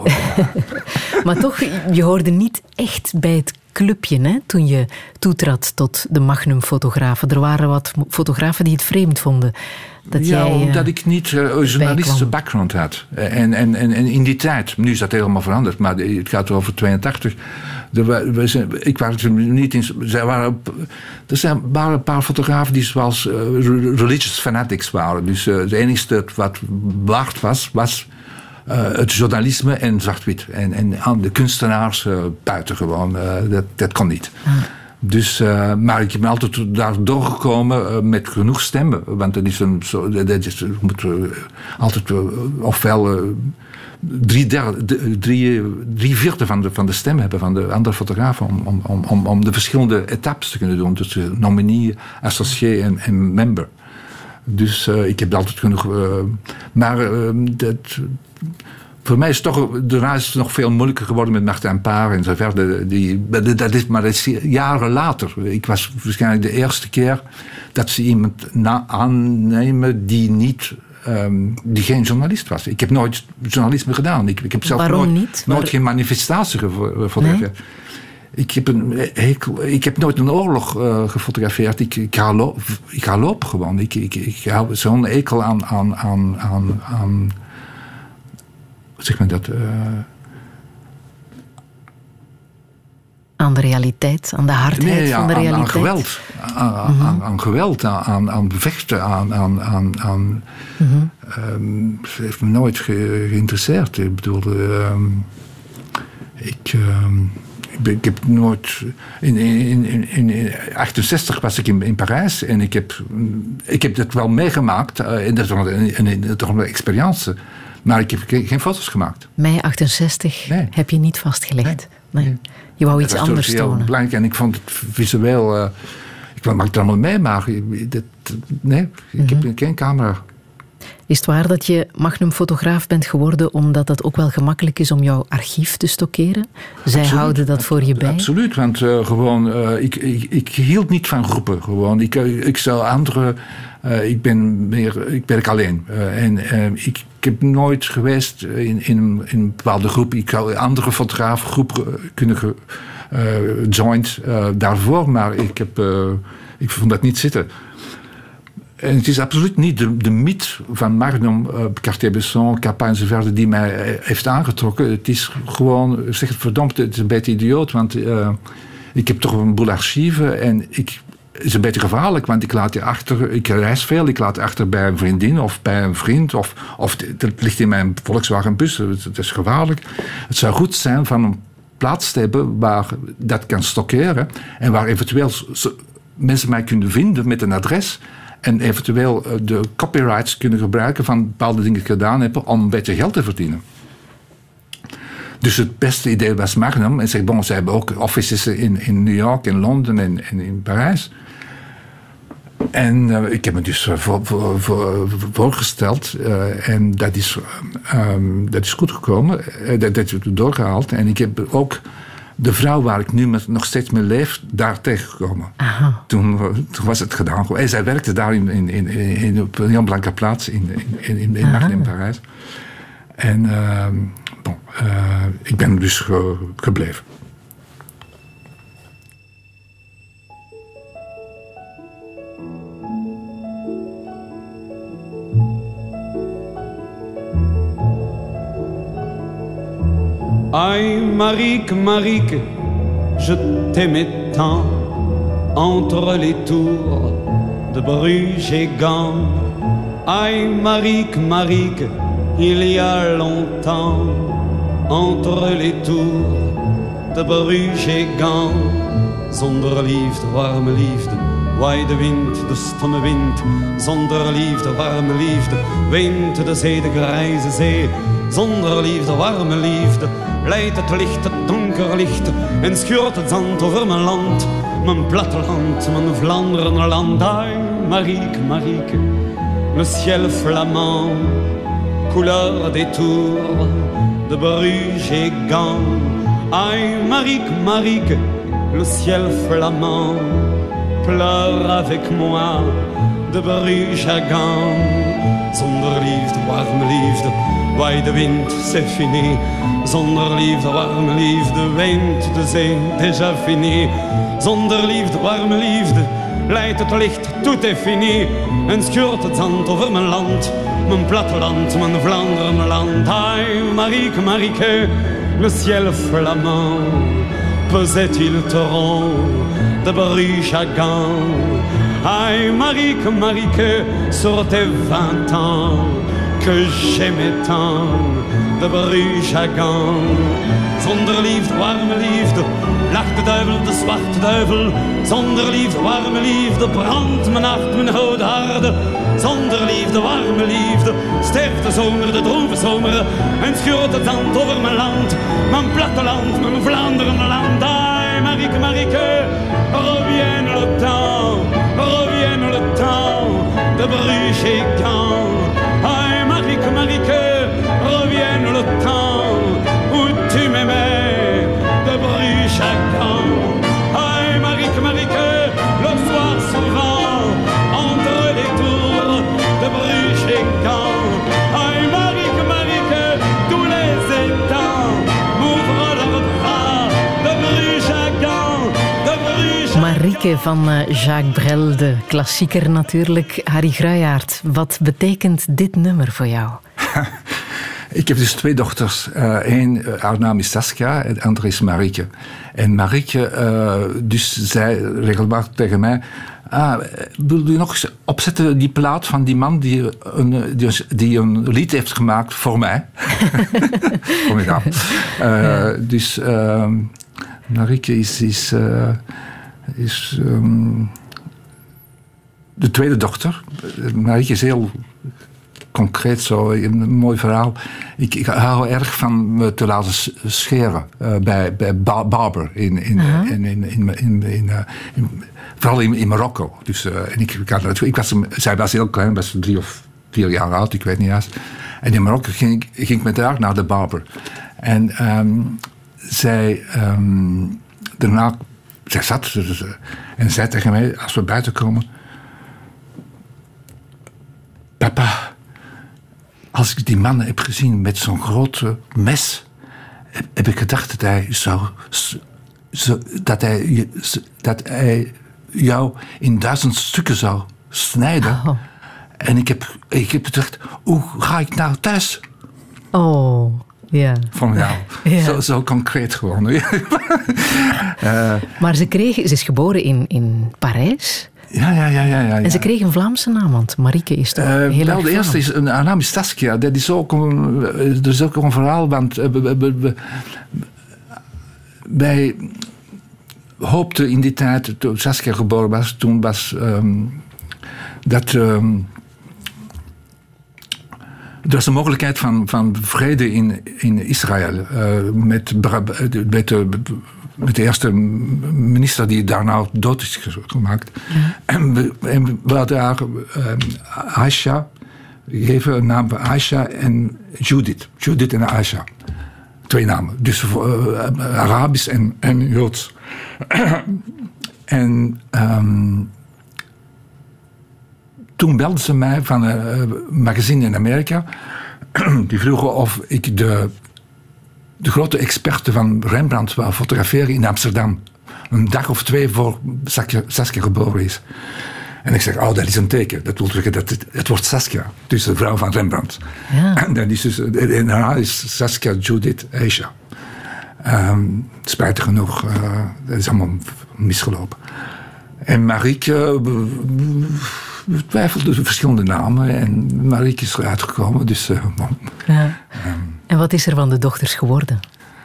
Maar toch, je hoorde niet echt bij het clubje, hè, toen je toetrad tot de Magnum-fotografen. Er waren wat fotografen die het vreemd vonden. Dat ja, jij, omdat ik niet uh, een journalistische background had. En, en, en, en in die tijd, nu is dat helemaal veranderd, maar het gaat over tweeëntachtig. Er, we zijn, ik was er niet in. Er waren, er zijn, waren een paar fotografen die zoals uh, religious fanatics waren. Dus uh, het enige wat waard was, was uh, het journalisme en zwart-wit. En, en de kunstenaars uh, buitengewoon. Uh, dat, dat kon niet. Ah. Dus, uh, maar ik ben altijd daar doorgekomen uh, met genoeg stemmen. Want dat is een, zo, dat is, je moet uh, altijd uh, ofwel uh, drie, derde, drie, drie vierde van de, van de stem hebben van de andere fotografen. Om, om, om, om de verschillende etappes te kunnen doen. Dus nominee, associé en, en member. Dus uh, ik heb altijd genoeg. Uh, maar uh, dat. Voor mij is het toch, daarna is het nog veel moeilijker geworden met Martin Paar en zo verder. Die, dat is, maar dat is jaren later. Ik was waarschijnlijk de eerste keer dat ze iemand na, aannemen die, niet, um, die geen journalist was. Ik heb nooit journalisme gedaan. Ik, ik heb zelf Waarom nooit, niet? nooit Waar... geen manifestatie gefotografeerd. Nee? Ik heb, een, ik, ik heb nooit een oorlog uh, gefotografeerd. Ik, ik, ga loop, ik ga lopen gewoon. Ik, ik, ik hou zo'n ekel aan... aan, aan, aan, aan zeg maar dat... Uh... Aan de realiteit, aan de hardheid nee, van de aan, realiteit? aan geweld. Aan, mm-hmm. aan, aan geweld, aan, aan vechten, aan... aan, aan, aan mm-hmm. um, het heeft me nooit ge, geïnteresseerd. Ik bedoel... Um, ik... Um, Ik heb nooit... In, in, in, in achtenzestig was ik in, in Parijs en ik heb, ik heb dat wel meegemaakt. Uh, en dat was een, een, een, een experience. Maar ik heb geen, geen foto's gemaakt. mei achtenzestig nee. heb je niet vastgelegd. Nee. Nee. Je wou iets anders tonen. Dat was heel belangrijk en ik vond het visueel... Uh, ik maakte het allemaal mee, maar dat, nee, ik mm-hmm. heb geen camera. Is het waar dat je Magnum-fotograaf bent geworden omdat het ook wel gemakkelijk is om jouw archief te stockeren? Zij Absoluut. houden dat voor je bij? Absoluut, want uh, gewoon, uh, ik, ik, ik hield niet van groepen. Gewoon. Ik, ik zou anderen... Uh, ik ben meer... Ik werk alleen. Uh, en uh, ik, ik heb nooit geweest in, in, in een bepaalde groep. Ik zou andere fotograafgroepen kunnen ge, uh, joint uh, daarvoor, maar ik, heb, uh, ik vond dat niet zitten. En het is absoluut niet de, de mythe van Magnum, uh, Cartier-Bresson, Capa en zo verder die mij heeft aangetrokken. Het is gewoon, zeg het verdomd, het is een beetje idioot, want uh, ik heb toch een boel archieven en ik, het is een beetje gevaarlijk, want ik laat je achter, ik reis veel, ik laat achter bij een vriendin of bij een vriend of, of het ligt in mijn Volkswagen bus, het is gevaarlijk. Het zou goed zijn van een plaats te hebben waar dat kan stockeren en waar eventueel mensen mij kunnen vinden met een adres. En eventueel de copyrights kunnen gebruiken van bepaalde dingen die ik gedaan heb om een beetje geld te verdienen. Dus het beste idee was Magnum. En zeg, bon, ze hebben ook offices in, in New York, in Londen en, en in Parijs. En uh, ik heb me dus voor, voor, voor, voorgesteld. Uh, en dat is, um, dat is goed gekomen. Uh, dat, dat is doorgehaald. En ik heb ook de vrouw waar ik nu met, nog steeds mee leef, daar tegengekomen. Toen, toen was het gedaan. En zij werkte daar in, in, in, in, op een heel belangrijke plaats in, in, in, in, in Parijs. En uh, bon, uh, ik ben dus ge, gebleven. Aïe, Marique, Marique, je t'aimais tant entre les tours de Bruges et Gand. Aïe, Marique, Marique, il y a longtemps entre les tours de Bruges et Gand. Zonder liefde, warme liefde, waai de wind, de stomme wind. Zonder liefde, warme liefde, wint de zee, de grijze zee. Zonder liefde, warme liefde, leidt het licht, het donker licht en schuurt het zand over mijn land, mijn platteland, mijn Vlaanderenland. Aïe, Marique, Marique, le ciel flamand, couleur des tours de Bruges et Gand. Aïe, Marique, Marique, le ciel flamand, pleure avec moi de Bruges à Gand. Zonder liefde, warme liefde, waai de wind, c'est fini. Zonder liefde, warme liefde, wint de zee, déjà fini. Zonder liefde, warme liefde, leidt het licht, tout est fini. En schuurt het zand over mijn land, mijn platteland, mijn Vlaanderenland. Aïe, Marique, Marique, le ciel flamand, pesait-il torrent de Bruges à Gand. Aïe, Marique, Marique, sur tes vingt ans que j'aimais tant de Bruges à Gand. Zonder liefde, warme liefde, lacht de duivel, de zwarte duivel. Zonder liefde, warme liefde, brandt mijn hart, mijn oude harde. Zonder liefde, warme liefde, sterft de zomer, de droeve zomer. En schuurt het zand over mijn land, mijn platteland, mijn Vlaanderenland. Aïe, Marique, Marique, revienne le temps, revienne le temps de Bruges et Gand. Aïe, Marique, Marique, revienne le temps où tu m'aimais de Bruges à Gand. Aïe, Marique, Marique, le soir souvent entre les tours de Bruges et Gand. Aïe, Marique, Marique, tous les étangs m'ouvrent leurs bras de Bruges à Gand, de Bruges à Gand. Marieke van Jacques Brel, de klassieker natuurlijk. Harry Gruijaert, wat betekent dit nummer voor jou? Ik heb dus twee dochters. Eén, uh, haar naam is Saskia en de andere is Marieke. En Marieke, uh, dus zei regelmatig tegen mij... Ah, wil je nog eens opzetten die plaat van die man die een, die, die een lied heeft gemaakt voor mij? Voor mij, ja. Uh, dus uh, Marieke is... is, uh, is um, de tweede dochter. Marieke is heel... concreet zo, een mooi verhaal. Ik, ik hou erg van me te laten scheren uh, bij, bij Barber in, in, uh-huh. in, in, in, in, in, uh, in vooral in, in Marokko. Dus, uh, en ik, ik, ik was, zij was heel klein, was drie of vier jaar oud, ik weet niet juist. En in Marokko ging, ging ik met haar naar de Barber. En um, zij um, daarna, zij zat dus, en zei tegen mij, als we buiten komen, papa, als ik die man heb gezien met zo'n grote mes, heb, heb ik gedacht dat hij zou, zo, dat hij, dat hij jou in duizend stukken zou snijden. Oh. En ik heb, ik heb gedacht, hoe ga ik nou thuis? Oh, ja. Yeah. Van jou. Ja. Zo, zo concreet gewoon. uh, maar ze kreeg, ze is geboren in, in Parijs. Ja, ja, ja, ja, ja. En ze kreeg een Vlaamse naam, want Marieke is toch uh, heel wel, erg de eerste is, een, haar naam is Saskia. Dat is ook een, er is ook een verhaal, want uh, we, we, we, wij hoopten in die tijd, toen Saskia geboren was, toen was um, dat... Um, er was een mogelijkheid van, van vrede in, in Israël. Uh, met, met de... met de eerste minister die daarna dood is gemaakt. Ja. En, we, en we hadden haar uh, Aisha gegeven, een naam van Aisha en Judith. Judith en Aisha. twee namen. Dus uh, Arabisch en, en Joods. en um, toen belden ze mij van een magazine in Amerika. Die vroegen of ik de, de grote experte van Rembrandt wou fotograferen in Amsterdam. Een dag of twee voor Saskia, Saskia geboren is. En ik zeg, oh, dat is een teken. Dat wil zeggen, dat het, het wordt Saskia. Dus de vrouw van Rembrandt. Ja. En, dat is dus, en haar is Saskia Judith Aisha. Um, spijtig genoeg, uh, dat is allemaal misgelopen. En Marieke uh, twijfelde de verschillende namen. En Marieke is eruit gekomen. Dus, uh, ja. um, en wat is er van de dochters geworden?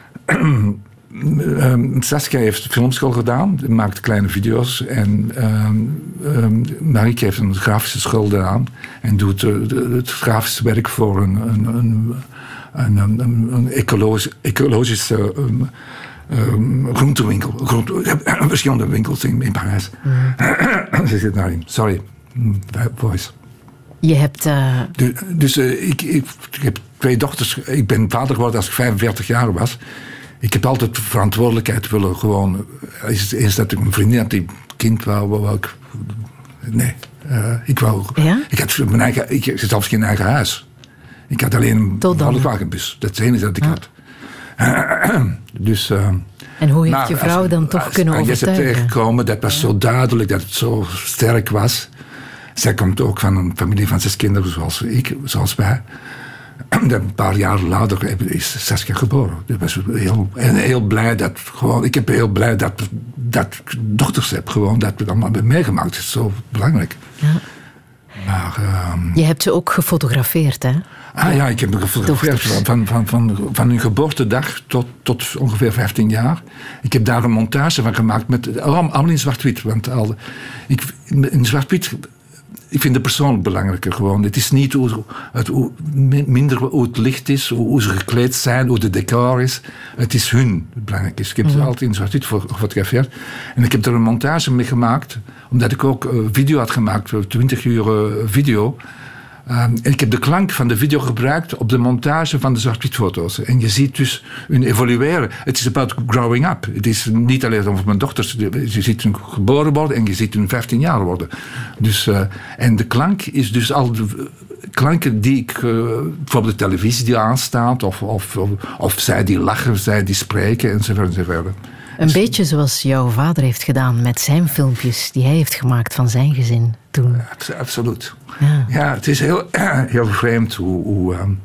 Um, Saskia heeft filmschool gedaan, maakt kleine video's. En um, um, Marieke heeft een grafische school gedaan en doet uh, het grafische werk voor een, een, een, een, een, een ecologisch, ecologische um, um, groentewinkel. Groente, verschillende winkels in, in Parijs. Mm. Ze zit daarin. Sorry, voice. Je hebt... Uh... Dus, dus uh, ik, ik, ik heb twee dochters. Ik ben vader geworden als ik vijfenveertig jaar was. Ik heb altijd verantwoordelijkheid willen gewoon... Eerst dat ik een vriendin had die kind wou, wou, wou ik... Nee, uh, ik wou... Ja? Ik had mijn eigen... Ik had zelfs geen eigen huis. Ik had alleen een Volkswagenbus. Dat is het enige dat ik ah. had. Uh, dus... Uh, en hoe heeft maar, je vrouw als, dan toch als, kunnen als, overtuigen? Als je tegengekomen, dat was ja. zo duidelijk, dat het zo sterk was. Zij komt ook van een familie van zes kinderen zoals ik, zoals wij. Een paar jaar later is Saskia geboren. Ik was heel, heel blij dat gewoon. Ik ben heel blij dat, dat ik dochters heb, gewoon dat we dat allemaal hebben meegemaakt. Het is zo belangrijk. Ja. Maar, um, je hebt ze ook gefotografeerd, hè? Ah ja, ik heb me gefotografeerd van, van, van, van, van hun geboortedag tot, tot ongeveer vijftien jaar. Ik heb daar een montage van gemaakt, met, allemaal in zwart-wit. Want al, ik, in zwart-wit. Ik vind de persoon belangrijker gewoon. Het is niet hoe het, hoe, minder hoe het licht is, hoe, hoe ze gekleed zijn, hoe de decor is. Het is hun het belangrijk is. Ik heb mm-hmm. ze altijd in zwart-wit gefotografeerd. En ik heb er een montage mee gemaakt, omdat ik ook uh, video had gemaakt, twintig uur uh, video. Um, en ik heb de klank van de video gebruikt op de montage van de zwart-wit foto's. En je ziet dus hun evolueren. Het is about growing up. Het is niet alleen over mijn dochters. Je ziet hun geboren worden en je ziet hun vijftien jaar worden. Dus, uh, en de klank is dus al de klanken die ik uh, voor de televisie die aanstaat. Of, of, of, of zij die lachen, zij die spreken enzovoort enzovoort. Een dus, beetje zoals jouw vader heeft gedaan met zijn filmpjes die hij heeft gemaakt van zijn gezin toen. Ja, absoluut. Ja. ja, het is heel, heel vreemd hoe... hoe um,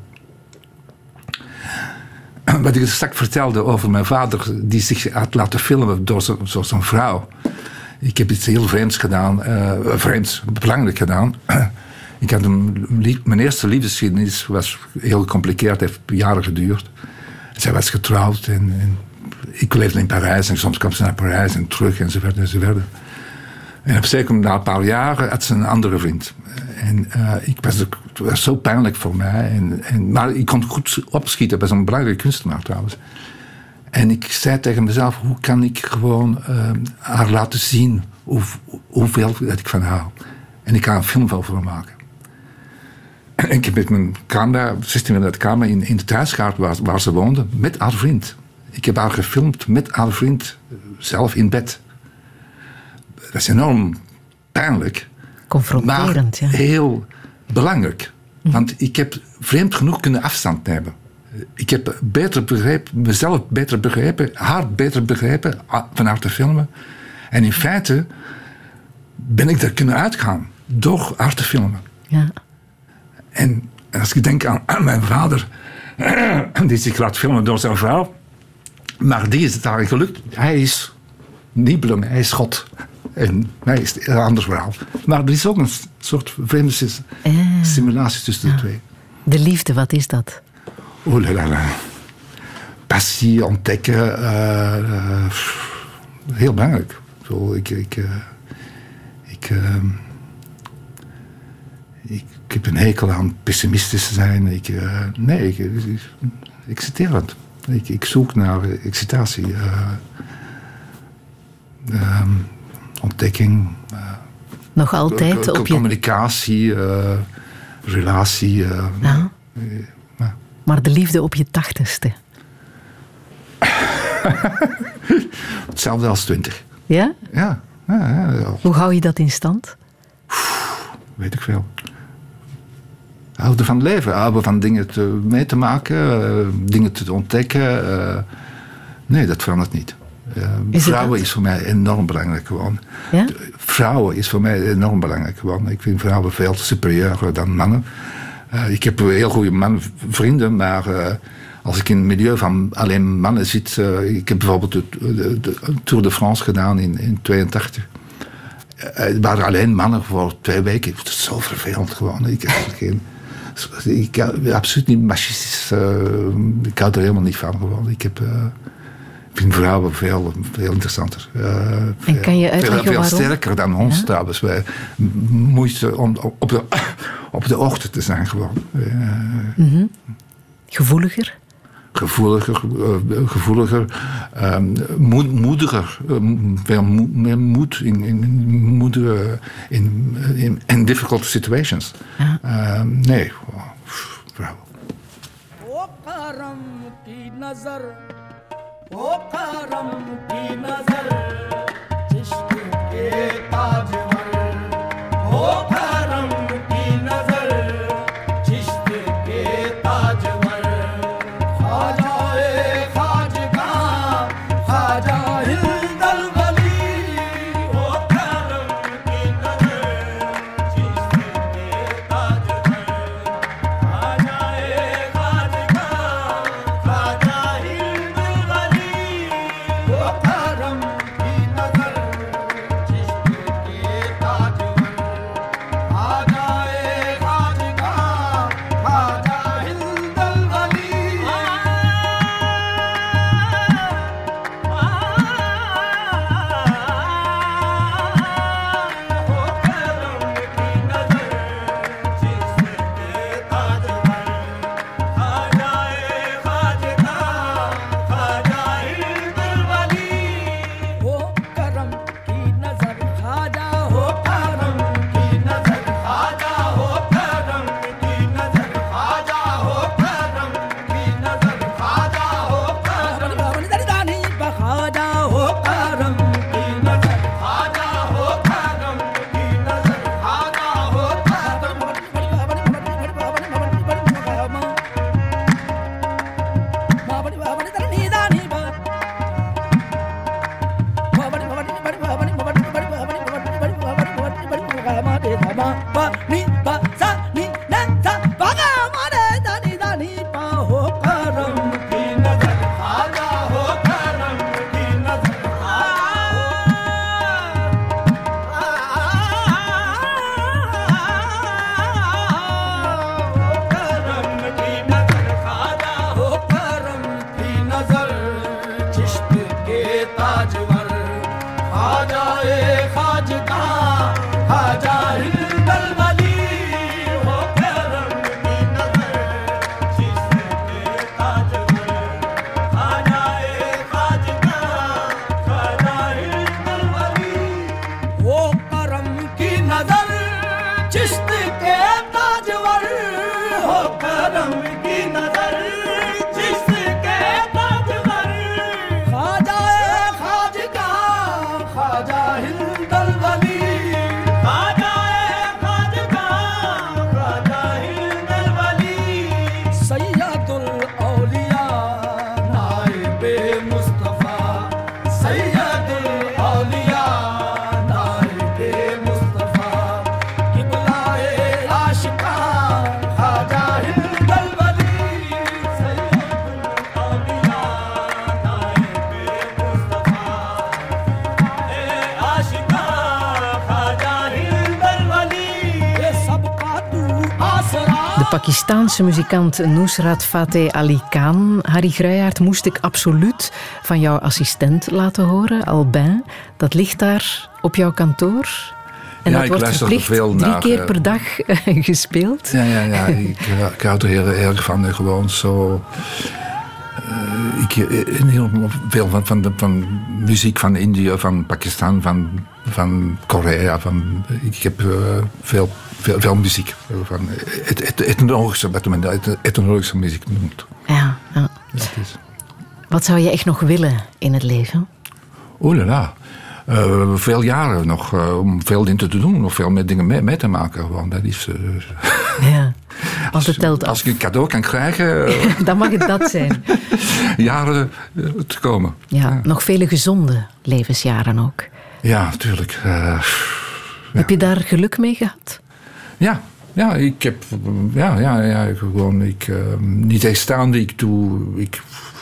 wat ik straks vertelde over mijn vader die zich had laten filmen door zo, zo, zo'n vrouw. Ik heb iets heel vreemds gedaan, uh, vreemds, belangrijk gedaan. Ik had een, mijn eerste liefdesgeschiedenis was heel gecompliceerd, heeft jaren geduurd. Zij was getrouwd en, en ik leefde in Parijs en soms kwam ze naar Parijs en terug enzovoort enzovoort. En op zeker na een paar jaren had ze een andere vriend. En uh, ik was, het was zo pijnlijk voor mij. En, en, maar ik kon goed opschieten. Dat was een belangrijke kunstenaar trouwens. En ik zei tegen mezelf, hoe kan ik gewoon uh, haar laten zien hoe, hoeveel dat ik van haar hou. En ik ga een film over haar maken. En ik heb met mijn camera, zestien millimeter camera, in, in de thuis gehad waar, waar ze woonde, met haar vriend. Ik heb haar gefilmd met haar vriend, zelf in bed. Dat is enorm pijnlijk. Confronterend, maar ja. heel belangrijk. Want ik heb vreemd genoeg kunnen afstand nemen. Ik heb beter begrepen, mezelf beter begrepen, haar beter begrepen van haar te filmen. En in feite ben ik er kunnen uitgaan door haar te filmen. Ja. En als ik denk aan, aan mijn vader, die zich laat filmen door zijn vrouw, maar die is het daar gelukt. Hij is niet belangrijk, hij is God. En hij is een ander verhaal. Maar er is ook een soort vreemde uh, simulatie tussen ja. de twee. De liefde, wat is dat? Oh la la la. Passie, ontdekken. Uh, uh, heel belangrijk. Zo, ik, ik, uh, ik, uh, ik, ik heb een hekel aan pessimistisch zijn. Ik, uh, nee, ik, ik, exciterend. Ik, ik zoek naar excitatie. Uh, um, ontdekking. Uh, Nog altijd k- k- op je... Communicatie, uh, relatie. Uh, ja. uh, uh, maar de liefde op je tachtigste? Hetzelfde als twintig. Ja? Ja. ja, ja, ja. Hoe hou je dat in stand? Weet ik veel. Houden van het leven, houden van dingen te, mee te maken, uh, dingen te ontdekken. Uh, nee, dat verandert niet. Uh, is vrouwen is voor mij enorm belangrijk gewoon. Ja? Vrouwen is voor mij enorm belangrijk gewoon. Ik vind vrouwen veel superieur dan mannen. Uh, ik heb heel goede man, vrienden, maar uh, als ik in het milieu van alleen mannen zit... Uh, ik heb bijvoorbeeld de, de, de Tour de France gedaan in negentien tweeëntachtig. Uh, het waren alleen mannen voor twee weken. Het is zo vervelend gewoon. Ik heb geen... Ik ben absoluut niet machistisch. Uh, ik hou er helemaal niet van gewoon. Ik heb... Uh, Ik vind vrouwen veel, veel interessanter. Uh, en kan je uitleggen veel, veel waarom? sterker dan ons ja? trouwens. Wij moesten om op de, op de hoogte te zijn gewoon. Uh, mm-hmm. Gevoeliger? Gevoeliger, uh, gevoeliger um, moed, moediger. Uh, veel mo- meer moed in, in, moediger in, in, in difficult situations. Ja. Uh, nee, vrouwen. ओ करम की नजर चिश्क के ताजवर ओ करम की नजर चिश्क के ताजवर ख्वाजाए ख्वाजगा ख्वाजा हिंदल वली ओ करम की नजर चिश्क के ताजवर ख्वाजाए ख्वाजगा ख्वाजा Pakistaanse muzikant Nusrat Fateh Ali Khan. Harry Gruijaert, moest ik absoluut van jouw assistent laten horen, Albin. Dat ligt daar op jouw kantoor. En ja, dat wordt verplicht veel drie naar, keer per dag gespeeld. Ja, ja, ja. ik, ik hou er heel erg van. Gewoon zo... Uh, ik heel veel van, van, de, van muziek van India, van Pakistan, van, van Korea. Van, ik heb uh, veel... Veel, veel muziek. Van et, et, etnologische, wat men etnologische muziek noemt. Ja, ja. Dat is. Wat zou je echt nog willen in het leven? Oh la la. Uh, veel jaren nog uh, om veel dingen te doen. Of veel meer dingen mee, mee te maken. Want dat is... Uh, ja, want het telt af. Als ik een cadeau kan krijgen... Uh, dan mag het dat zijn. jaren uh, te komen. Ja, ja, nog vele gezonde levensjaren ook. Ja, natuurlijk. Uh, heb ja. je daar geluk mee gehad? Ja. Ja, ik heb... Ja, ja, ja gewoon... Ik, uh, niet echt staande. Ik doe... Ik,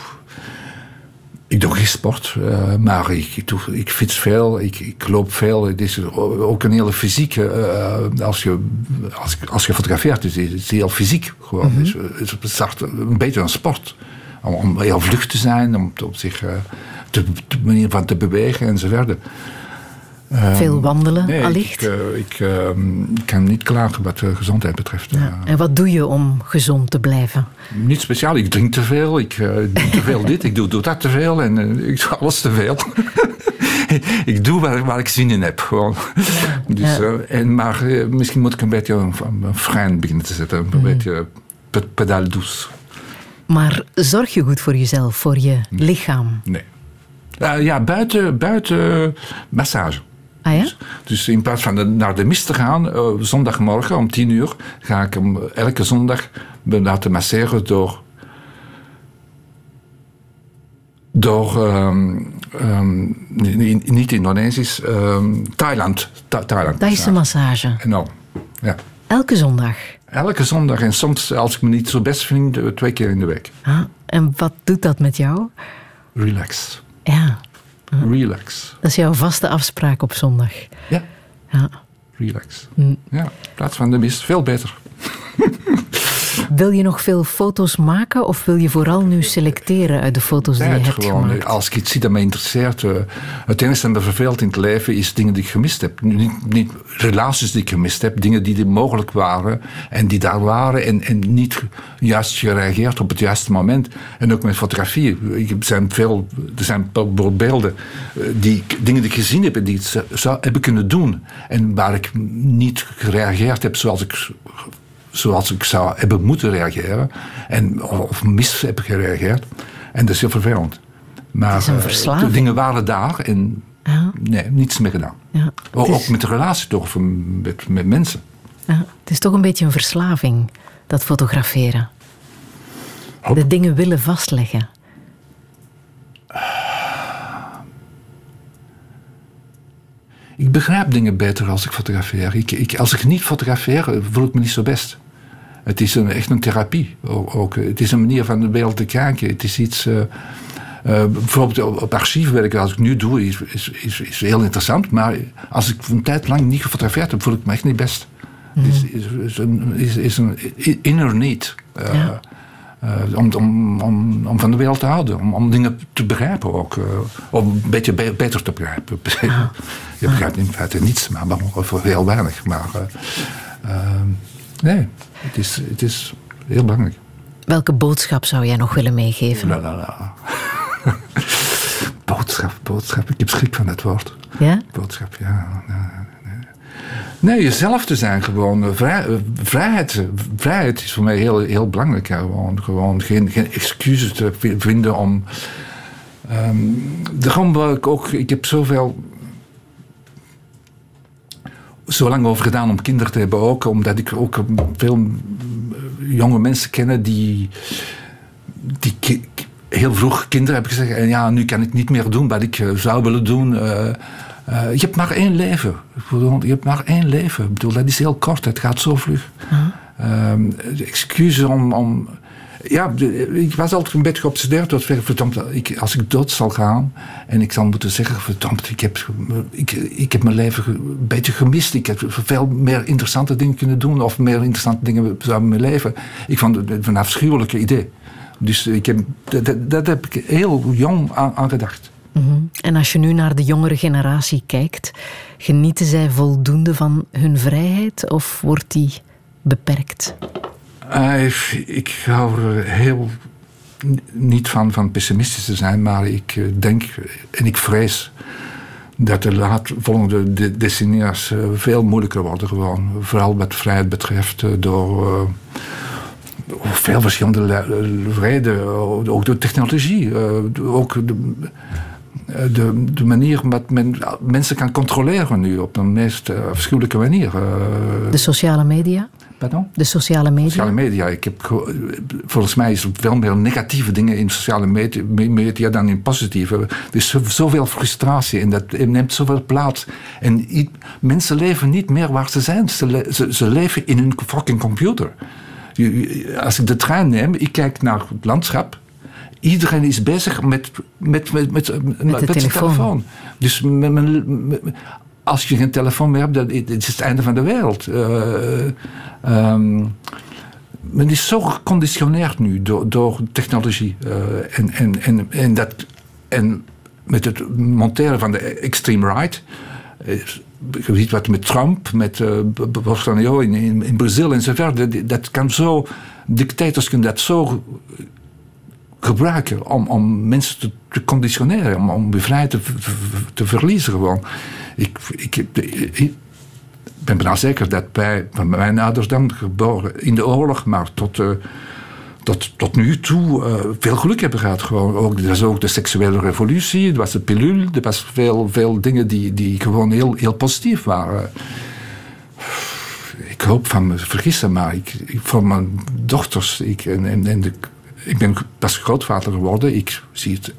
Ik doe geen sport, uh, maar ik, ik, doe, ik fiets veel, ik, ik loop veel. Het is ook een hele fysiek. Uh, als, je, als, als je fotografeert, is het heel fysiek. Gewoon. Mm-hmm. Het, is, het start een beetje een sport. Om, om heel vlug te zijn, om op zich uh, te, te manier van te bewegen enzovoort. Um, Veel wandelen, nee, allicht? Ik, uh, ik uh, kan niet klagen wat uh, gezondheid betreft. Ja. Uh, en wat doe je om gezond te blijven? Niet speciaal. Ik drink te veel. Ik uh, doe te veel dit. Ik doe, doe dat te veel. En uh, ik doe alles te veel. ik doe waar, waar ik zin in heb. Gewoon. Ja. Dus, uh, en, maar uh, misschien moet ik een beetje een, een frein beginnen te zetten. Een mm. beetje pedaal douce. Maar zorg je goed voor jezelf, voor je nee. lichaam? Nee. Uh, ja, buiten, buiten massage. Ah, ja? dus, dus in plaats van de, naar de mis te gaan, uh, zondagmorgen om tien uur, ga ik hem elke zondag laten masseren door, door um, um, niet, niet Indonesisch, um, Thailand. Tha- Thailand Thaise massage. En al, ja. Elke zondag? Elke zondag en soms, als ik me niet zo best vind, twee keer in de week. Ah, en wat doet dat met jou? Relax. Ja. Relax. Dat is jouw vaste afspraak op zondag. Ja. ja. Relax. Mm. Ja, in plaats van de mist. Veel beter. Wil je nog veel foto's maken of wil je vooral nu selecteren uit de foto's die je hebt gewoon, gemaakt? Als ik iets zie dat mij interesseert. Uh, het enige dat me verveelt in het leven is dingen die ik gemist heb. Niet, niet relaties die ik gemist heb. Dingen die mogelijk waren en die daar waren en, en niet juist gereageerd op het juiste moment. En ook met fotografie. Er zijn veel, er zijn beelden, die, dingen die ik gezien heb en die ik zou hebben kunnen doen. En waar ik niet gereageerd heb zoals ik... zoals ik zou hebben moeten reageren. En, of mis heb gereageerd. En dat is heel vervelend. Maar het is een verslaving. De dingen waren daar en ja. nee, niets meer gedaan. Ja, ook, is... ook met de relatie toch, met, met mensen. Ja, het is toch een beetje een verslaving, dat fotograferen. Hop. De dingen willen vastleggen. Ik begrijp dingen beter als ik fotografeer. Ik, ik, als ik niet fotografeer, voel ik me niet zo best. Het is een, echt een therapie. Ook. Het is een manier van de wereld te kijken. Het is iets... Uh, uh, bijvoorbeeld op archiefwerk, als ik nu doe, is, is, is, is heel interessant. Maar als ik een tijd lang niet gefotografeerd heb, voel ik me echt niet best. Het mm. is, is, is, een, is, is een inner need. Uh, ja. Uh, om, om, om, om van de wereld te houden. Om, om dingen te begrijpen ook. Uh, om een beetje be- beter te begrijpen. Ah. Je begrijpt in feite niets, maar, maar heel weinig. Maar uh, uh, nee, het is, het is heel belangrijk. Welke boodschap zou jij nog willen meegeven? La, la, la. boodschap, boodschap. Ik heb schrik van het woord. Ja? Boodschap, ja. Nee, nee. nee jezelf te zijn gewoon. Vrij, vrijheid, vrijheid is voor mij heel, heel belangrijk. Ja. Gewoon, gewoon geen, geen excuses te vinden om... Um, daarom wil ik ook... Ik heb zoveel... zo lang over gedaan om kinderen te hebben ook. Omdat ik ook veel jonge mensen ken die... die ki- heel vroeg kinderen hebben gezegd... en ja, nu kan ik niet meer doen wat ik zou willen doen... Uh, Uh, je hebt maar één leven. Je hebt maar één leven. Ik bedoel, dat is heel kort. Het gaat zo vlug. Uh-huh. Um, excuses om... om ja, ik was altijd een beetje geobsedeerd door het feit, verdomd, ik, als ik dood zal gaan en ik zal moeten zeggen, verdomd, ik heb, ik, ik heb mijn leven een beetje gemist. Ik heb veel meer interessante dingen kunnen doen of meer interessante dingen zou mijn leven. Ik vond het een afschuwelijke idee. Dus ik heb, dat, dat heb ik heel jong aan, aan gedacht. Mm-hmm. En als je nu naar de jongere generatie kijkt, genieten zij voldoende van hun vrijheid of wordt die beperkt? Uh, ik hou er heel niet van, van pessimistisch te zijn, maar ik denk en ik vrees dat de laat, volgende de, decennia's uh, veel moeilijker worden gewoon. Vooral wat vrijheid betreft uh, door... Uh, veel verschillende redenen. Ook de technologie. Uh, ook de, de, de manier waarop men mensen kan controleren nu op een meest uh, afschuwelijke manier. Uh, de sociale media? Pardon? De sociale media? Sociale media. Ik heb, volgens mij is er veel meer negatieve dingen in sociale media, media dan in positieve. Er is zoveel frustratie en dat neemt zoveel plaats. En mensen leven niet meer waar ze zijn. Ze, le- ze, ze leven in hun fucking computer. Als ik de trein neem, ik kijk naar het landschap. Iedereen is bezig met, met, met, met, met, met, met zijn telefoon. telefoon. Dus men, men, men, als je geen telefoon meer hebt, dan is het het einde van de wereld. Uh, um, men is zo geconditioneerd nu door, door technologie. Uh, en, en, en, en, dat, en met het monteren van de extreme right. Je ziet wat met Trump, met uh, Bolsonaro in, in, in Brazil en zo verder. Dat, dat kan zo, dictators kunnen dat zo gebruiken om, om mensen te, te conditioneren, om, om bevrijd te, te verliezen gewoon. Ik, ik, ik ben bijna zeker dat bij, bij mijn ouders dan geboren in de oorlog, maar tot, uh, tot, tot nu toe uh, veel geluk hebben gehad. Gewoon. Ook, er was ook de seksuele revolutie, er was de pilule, er was veel, veel dingen die, die gewoon heel, heel positief waren. Ik hoop van me vergissen, maar ik, ik, voor mijn dochters, ik, en, en, en de, ik ben pas grootvader geworden, ik zie het.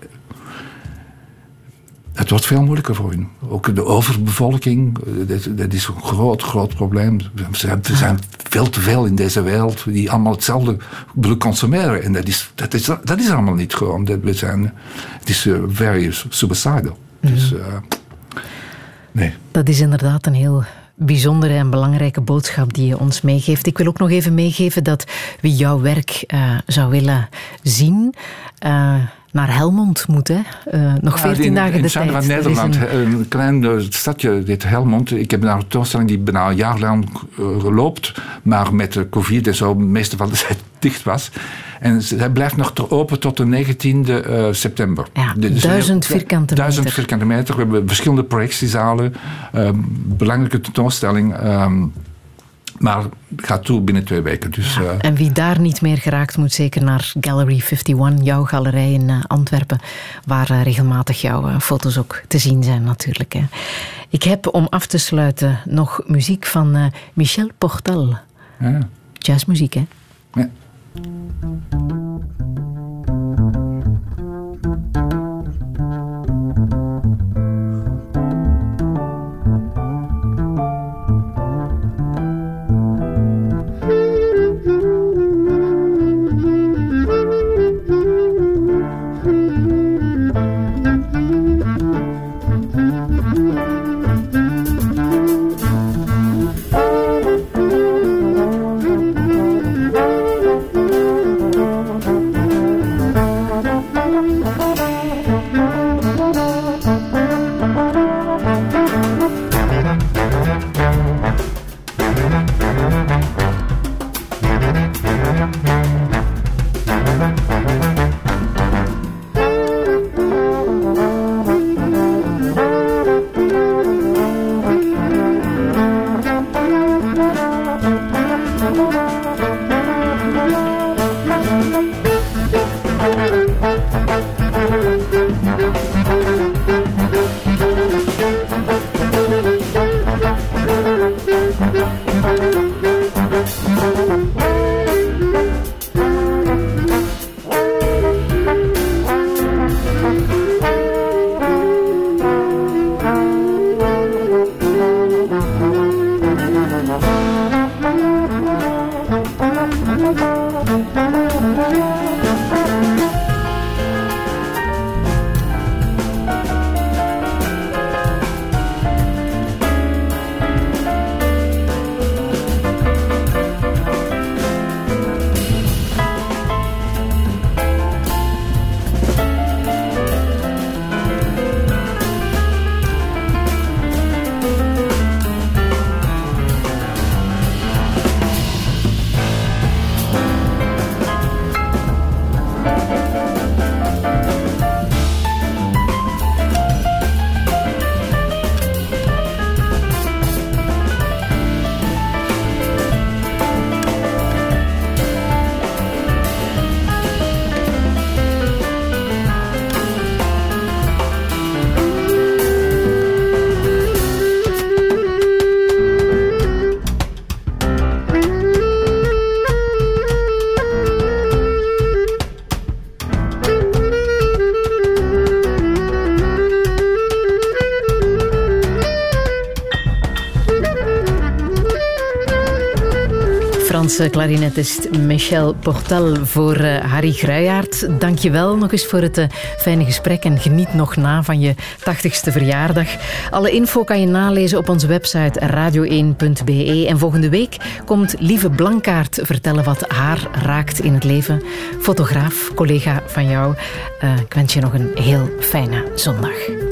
Het wordt veel moeilijker voor hen. Ook de overbevolking, dat, dat is een groot, groot probleem. Er zijn veel te veel in deze wereld die allemaal hetzelfde willen consumeren. En dat is, dat is, dat is allemaal niet gewoon. Dat we zijn, het is uh, very suicidal. Mm. Dus, uh, nee. Dat is inderdaad een heel bijzondere en belangrijke boodschap die je ons meegeeft. Ik wil ook nog even meegeven dat wie jouw werk uh, zou willen zien, Uh, naar Helmond moet, hè? Uh, nog veertien ja, dagen in de tijd. In tijd. het zuiden van Nederland, een... een klein uh, stadje, dit Helmond. Ik heb naar een toonstelling die bijna een jaar lang uh, geloopt, maar met de covid en zo, de meeste van de tijd dicht was. En hij blijft nog open tot de negentiende uh, september. Ja, dus duizend vierkante meter. Duizend vierkante meter. We hebben verschillende projectiezalen, uh, belangrijke tentoonstelling. Um, Maar gaat toe binnen twee weken. Dus, ja, uh... En wie daar niet meer geraakt, moet zeker naar Gallery eenenvijftig, jouw galerij in uh, Antwerpen, waar uh, regelmatig jouw uh, foto's ook te zien zijn natuurlijk. Hè. Ik heb om af te sluiten nog muziek van uh, Michel Portal. Ja. Jazzmuziek, hè? Ja. Franse klarinetist Michel Portal voor uh, Harry Gruijaert. Dank je wel nog eens voor het uh, fijne gesprek en geniet nog na van je tachtigste verjaardag. Alle info kan je nalezen op onze website radio één punt b e. En volgende week komt Lieve Blankaart vertellen wat haar raakt in het leven. Fotograaf, collega van jou. Uh, ik wens je nog een heel fijne zondag.